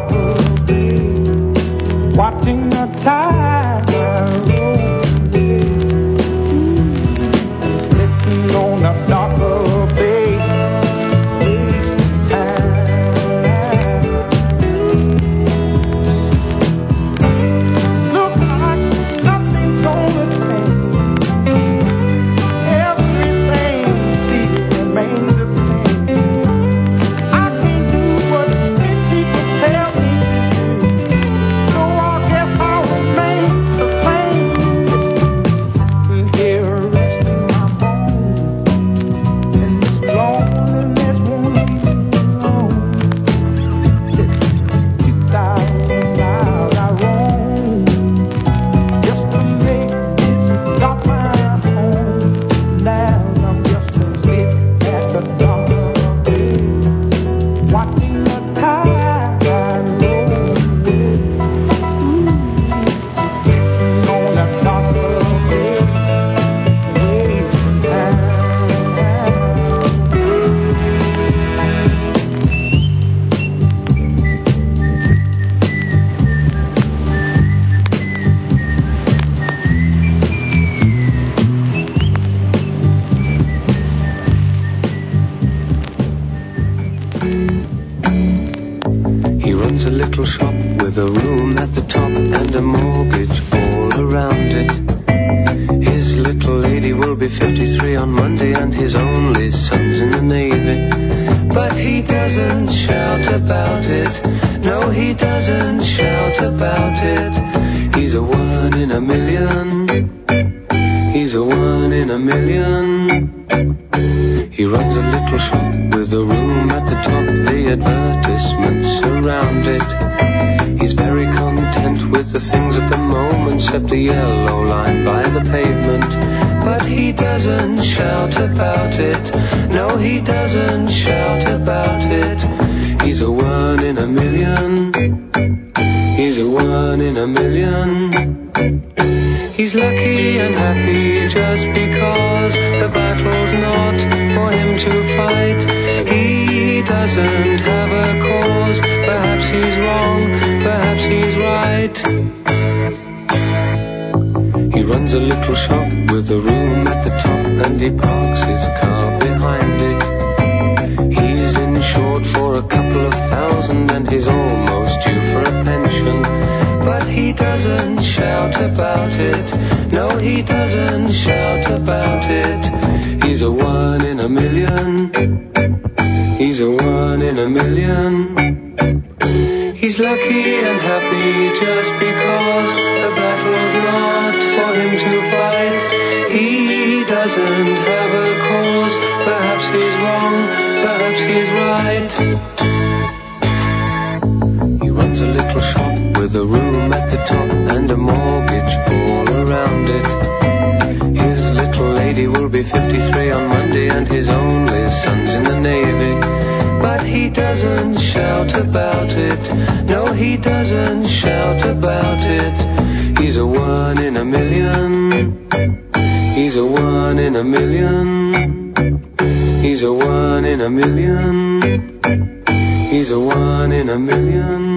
Watching the tide roll away. top and a mortgage all around it. His little lady will be fifty-three on Monday and his only son's in the Navy. But he doesn't shout about it. No, he doesn't shout about it. He's a one in a million. He's a one in a million. He runs a little shop with a room at the top. The advertisements around it. He's very content with the things at the moment, except the yellow line by the pavement. But he doesn't shout about it. No, he doesn't shout about it. He's a one in a million. He's a one in a million. He's lucky and happy just because the battle's not for him to fight. He doesn't have a cause. Perhaps he's wrong, perhaps he's right. He runs a little shop with a room at the top and he parks his car behind it. He's insured for a couple of thousand and he's almost due for a pension. But he doesn't shout about it. No, he doesn't shout about it. He's a one in a million. He's a one in a million. He's lucky and happy just because the battle's not for him to fight. He doesn't have a cause. Perhaps he's wrong, perhaps he's right. He runs a little shop with a room at the top and a mortgage all around it. His little lady will be fifty-three on Monday and his only son's in the Navy. But he doesn't shout about it. No, he doesn't shout about it. He's a one in a million. He's a one in a million. He's a one in a million. He's a one in a million.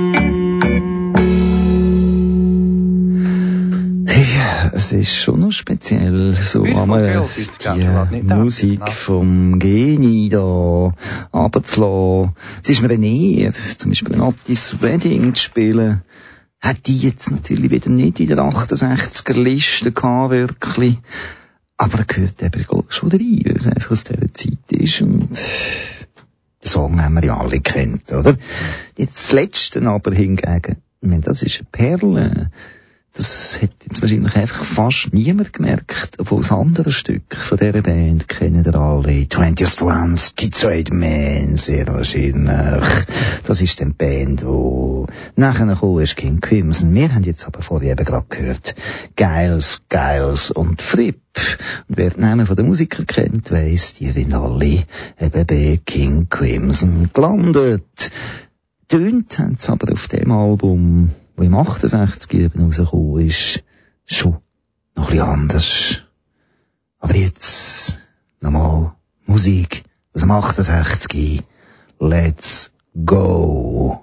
Ja, es ist schon noch speziell, so einmal die Musik vom Genie da runterzulassen. Es ist mir eine Ehre, zum Beispiel Otis Redding zu spielen. Hat die jetzt natürlich wieder nicht in der achtundsechziger Liste gehabt, wirklich. Aber er gehört eben schon rein, weil es einfach aus dieser Zeit ist. Und den Song haben wir ja alle gekannt, oder? Jetzt das Letzte aber hingegen, ich meine, das ist eine Perle. Das hat jetzt wahrscheinlich einfach fast niemand gemerkt, obwohl das andere Stück von dieser Band kennen ihr alle. twentieth Ones, Schizoid Man, sehr wahrscheinlich. Das ist die Band, die nachher gekommen ist, King Crimson. Wir haben jetzt aber vorher eben gerade gehört, Giles, Giles und Fripp. Und wer den Namen von den Musikern kennt, weiss, die sind alle eben bei King Crimson gelandet. Tönt haben sie aber auf dem Album, wo im achtundsechzig eben rausgekommen ist, schon noch ein bisschen anders. Aber jetzt nochmal Musik aus dem achtundsechzig. Let's go!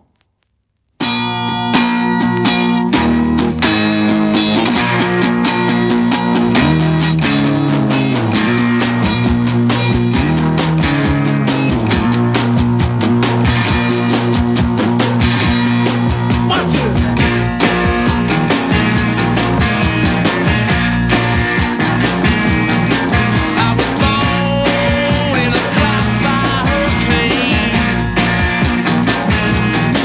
Born in a class by hurricane.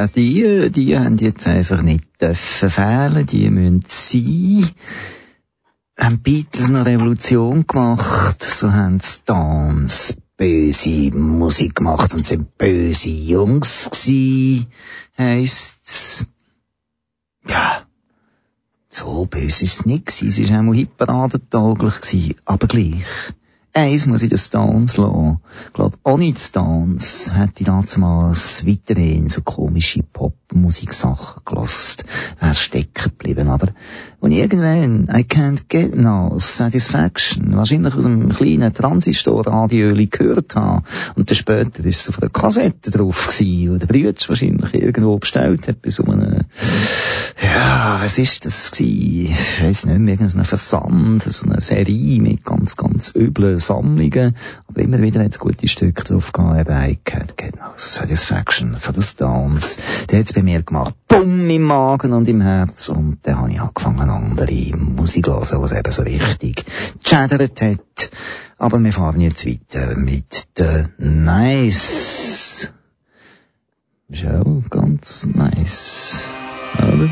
Ja, die, die haben jetzt einfach nicht dürfen fehlen, die müssen sein. Haben die Beatles eine Revolution gemacht, so haben sie Dance, böse Musik gemacht und sind böse Jungs gsi, heisst's. Ja, so böse ist es nicht gsi, es war auch mal hitparadentauglich gsi, aber gleich. Eins muss ich den Stones lassen. Ich glaube, ohne die Stones hätte ich damals weiterhin so komische Pop-Musik-Sachen gelost. Wär's stecken geblieben. Aber, wenn ich irgendwann I Can't Get No Satisfaction wahrscheinlich aus einem kleinen Transistor-Radio gehört habe, und dann später ist es auf einer Kassette drauf gewesen, wo der Brütsch wahrscheinlich irgendwo bestellt hat bei so einem, ja, was ist das gewesen? Ich weiss nicht mehr, irgendein Versand, so eine Serie mit ganz, ganz üblen Sammlungen, aber immer wieder hat es gute Stücke drauf gegeben, eben I Can't Get No Satisfaction von den Stones. Der hat es bei mir gemacht, bumm, im Magen und im Herz, und dann habe ich angefangen, andere Musik zu hören, was eben so richtig gechattert hat. Aber wir fahren jetzt weiter mit The Nice. Ist auch ganz nice, oder?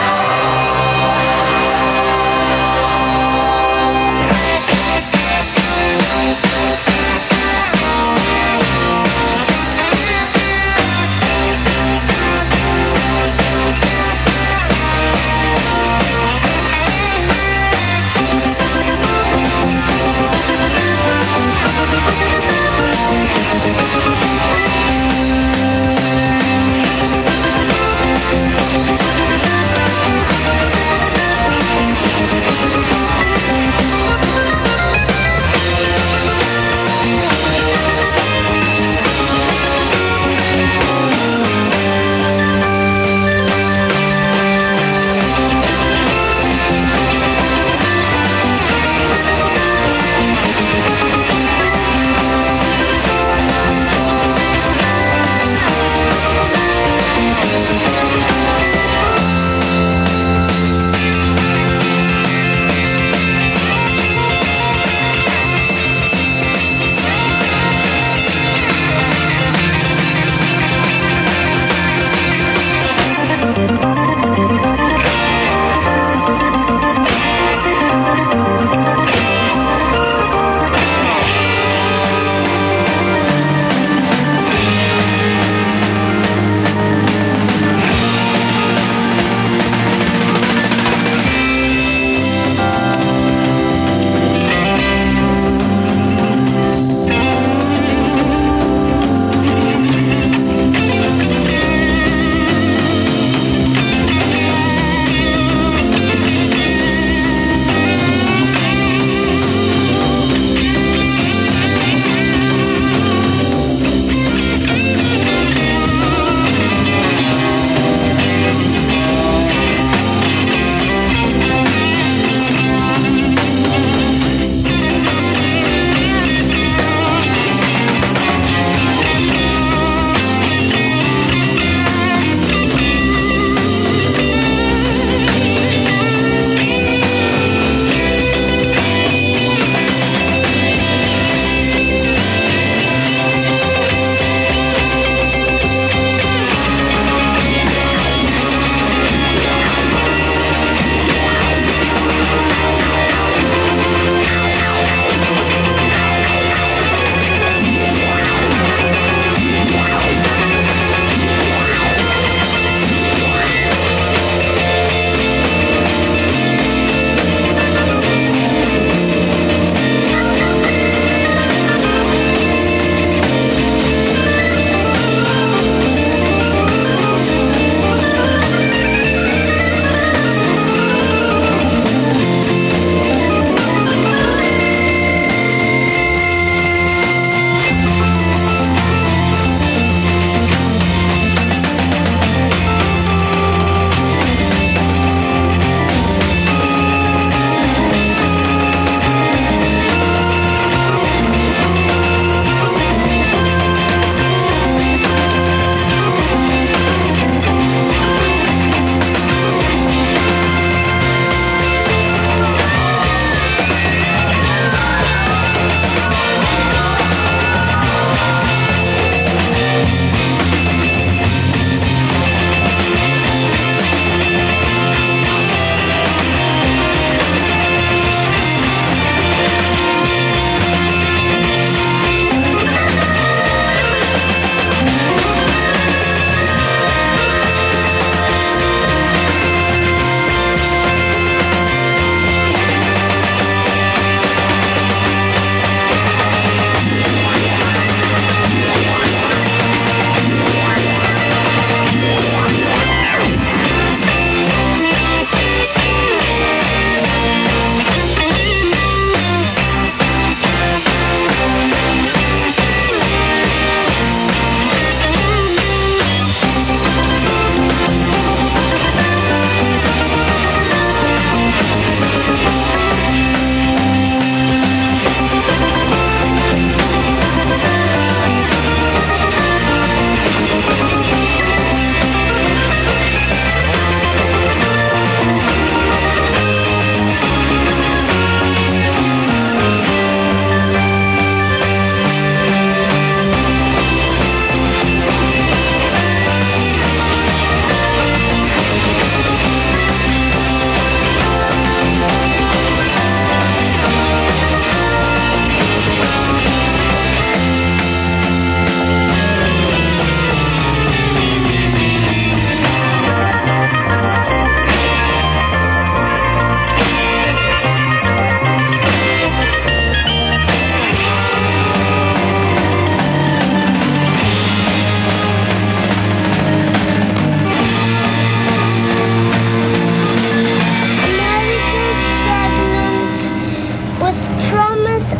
Thank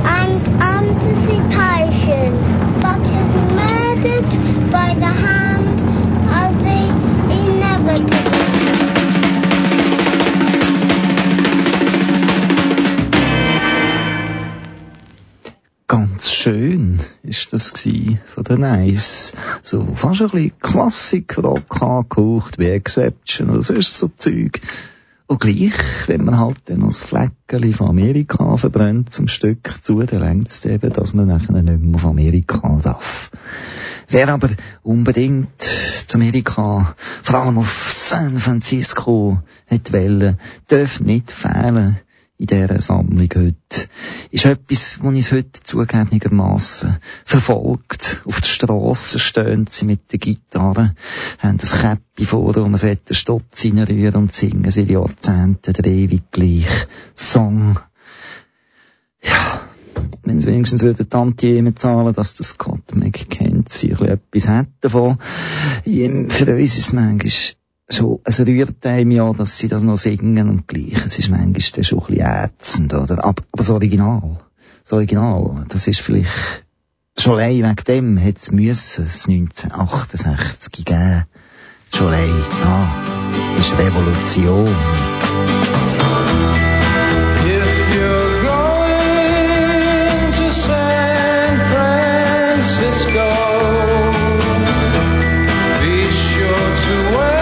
and anticipation, but is murdered by the hand of the inevitable. Ganz schön ist das gsi von der Nice. So fast ein bisschen Klassik-Rock angehaucht, wie Exception oder sonst so Zeug. Und gleich, wenn man halt dann noch das Fleckchen von Amerika verbrennt zum Stück zu, dann längt's eben, dass man nachher nicht mehr auf Amerika darf. Wer aber unbedingt zu Amerika, vor allem auf San Francisco, hat wollen, darf nicht fehlen in dieser Sammlung heute. Ist etwas, was uns heute zugegebenermassen verfolgt. Auf der Strasse stehen sie mit der Gitarre, haben das Käppi vor, wo man den Stotz reinrühren und singen seit Jahrzehnten der ewig gleiche Song. Ja, wenn sie wenigstens würden Tantiemen zahlen, dass das Scott McKenzie etwas hat davon. Für uns ist es manchmal so, es rührt einem ja, dass sie das noch singen und gleich. Es ist manchmal dann schon ein bisschen ätzend, oder? Aber, aber das Original, das Original, das ist vielleicht, schon allein wegen dem hätte es müssen, das neunzehnhundertachtundsechzig geben. Schon allein, ja, das ist Revolution. If you're going to San Francisco, be sure to wear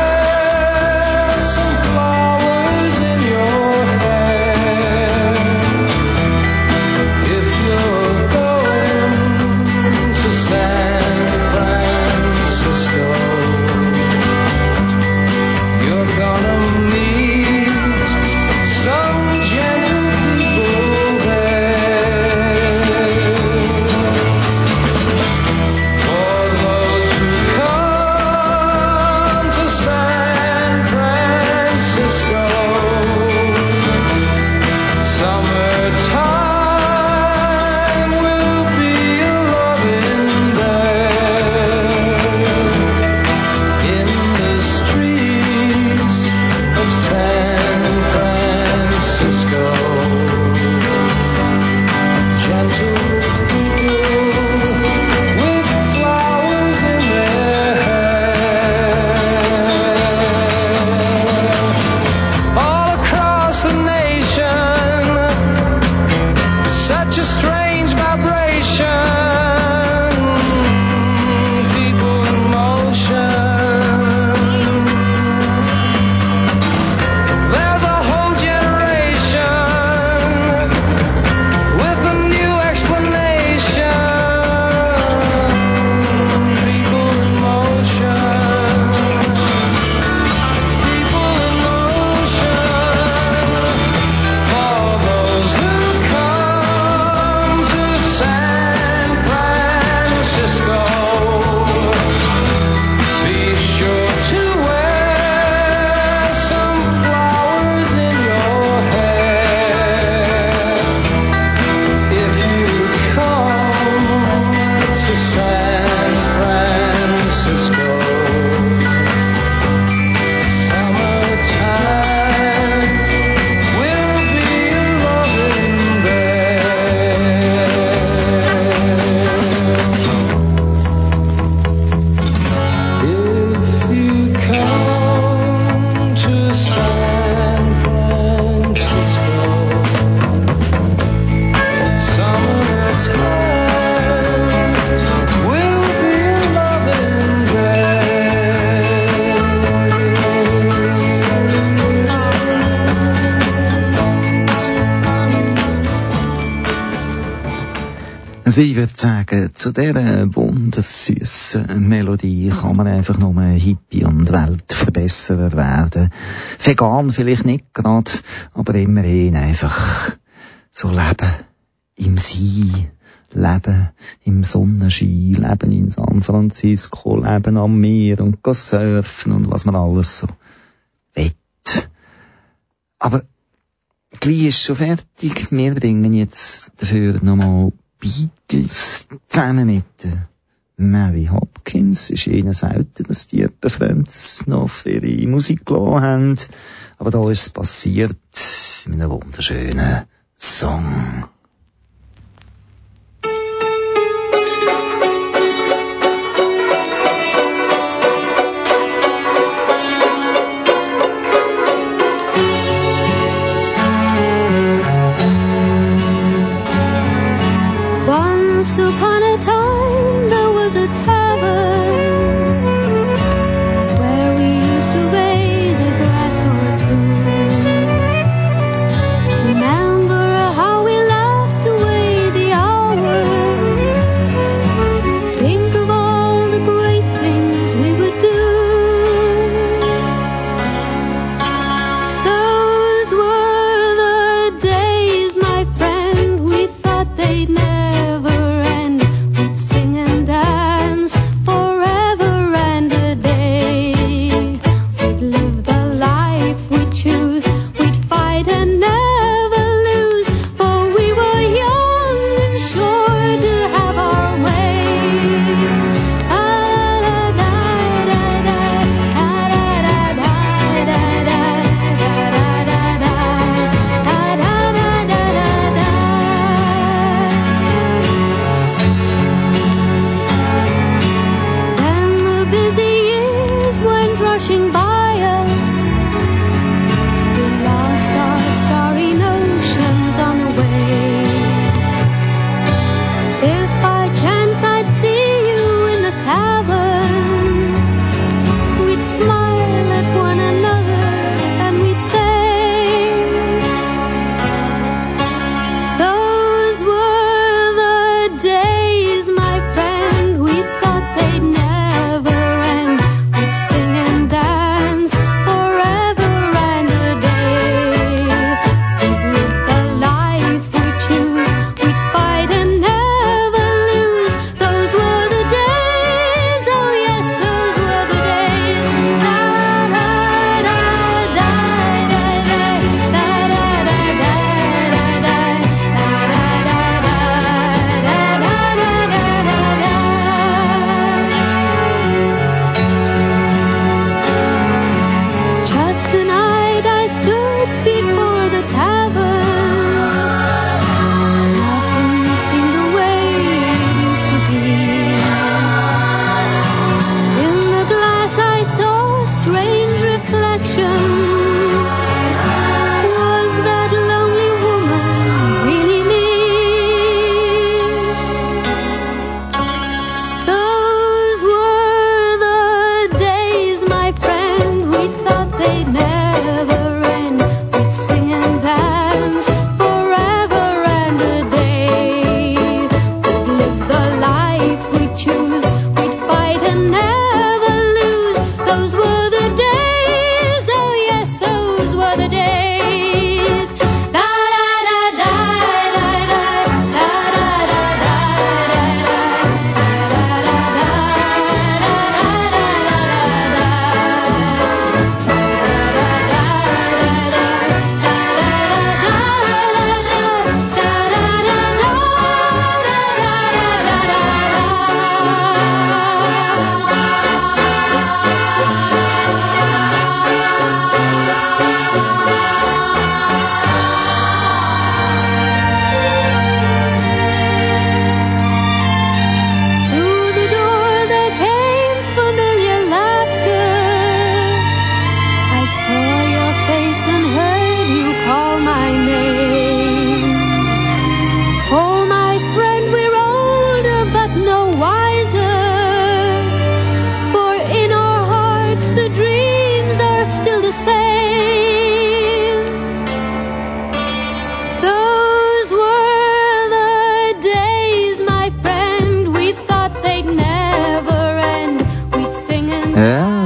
Also ich würde sagen, zu dieser wundersüßen Melodie kann man einfach nur Hippie und Weltverbesserer werden. Vegan vielleicht nicht gerade, aber immerhin einfach so leben im Sein, leben im Sonnenschein, leben in San Francisco, leben am Meer und go surfen und was man alles so will. Aber gleich ist schon fertig. Wir bringen jetzt dafür nochmal Beatles zusammen mit Mary Hopkins. Es ist ihnen selten, dass die etwas Fremdes noch auf ihre Musik gelassen haben. Aber da ist es passiert mit einem wunderschönen Song.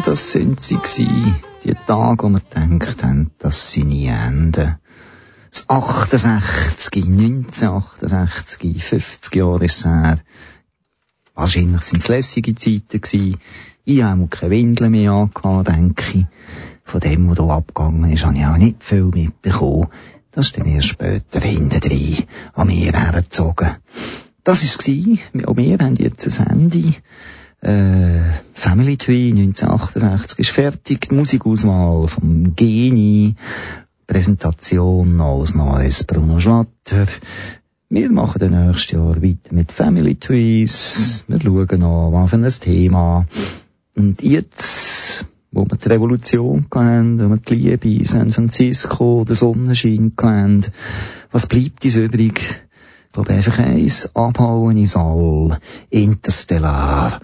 das sind sie gsi, die Tage, wo wir gedacht haben, dass sie nie enden. Das achtundsechzig, neunzehnhundertachtundsechzig, fünfzig Jahre ist es her. Wahrscheinlich sind es lässige Zeiten gsi. Ich habe auch keine Windeln mehr angehabt, denke ich. Von dem, was hier abgegangen ist, habe ich auch nicht viel mitbekommen. Das ist dann erst später hintendrein an mir hergezogen. Das war es. Auch wir haben jetzt ein Handy. Äh, Family Tree neunzehnhundertachtundsechzig ist fertig. Die Musikauswahl vom Genie. Präsentation als Neues Bruno Schlatter. Wir machen dann nächstes Jahr weiter mit Family Trees. Wir schauen an, was für ein Thema. Und jetzt, wo wir die Revolution hatten, wo wir die Liebe in San Francisco, den Sonnenschein hatten, was bleibt uns übrig? Ich glaube einfach eins, abhauen ins All, Interstellar,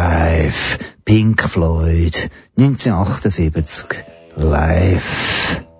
Overdrive, Pink Floyd, neunzehnhundertachtundsiebzig, live.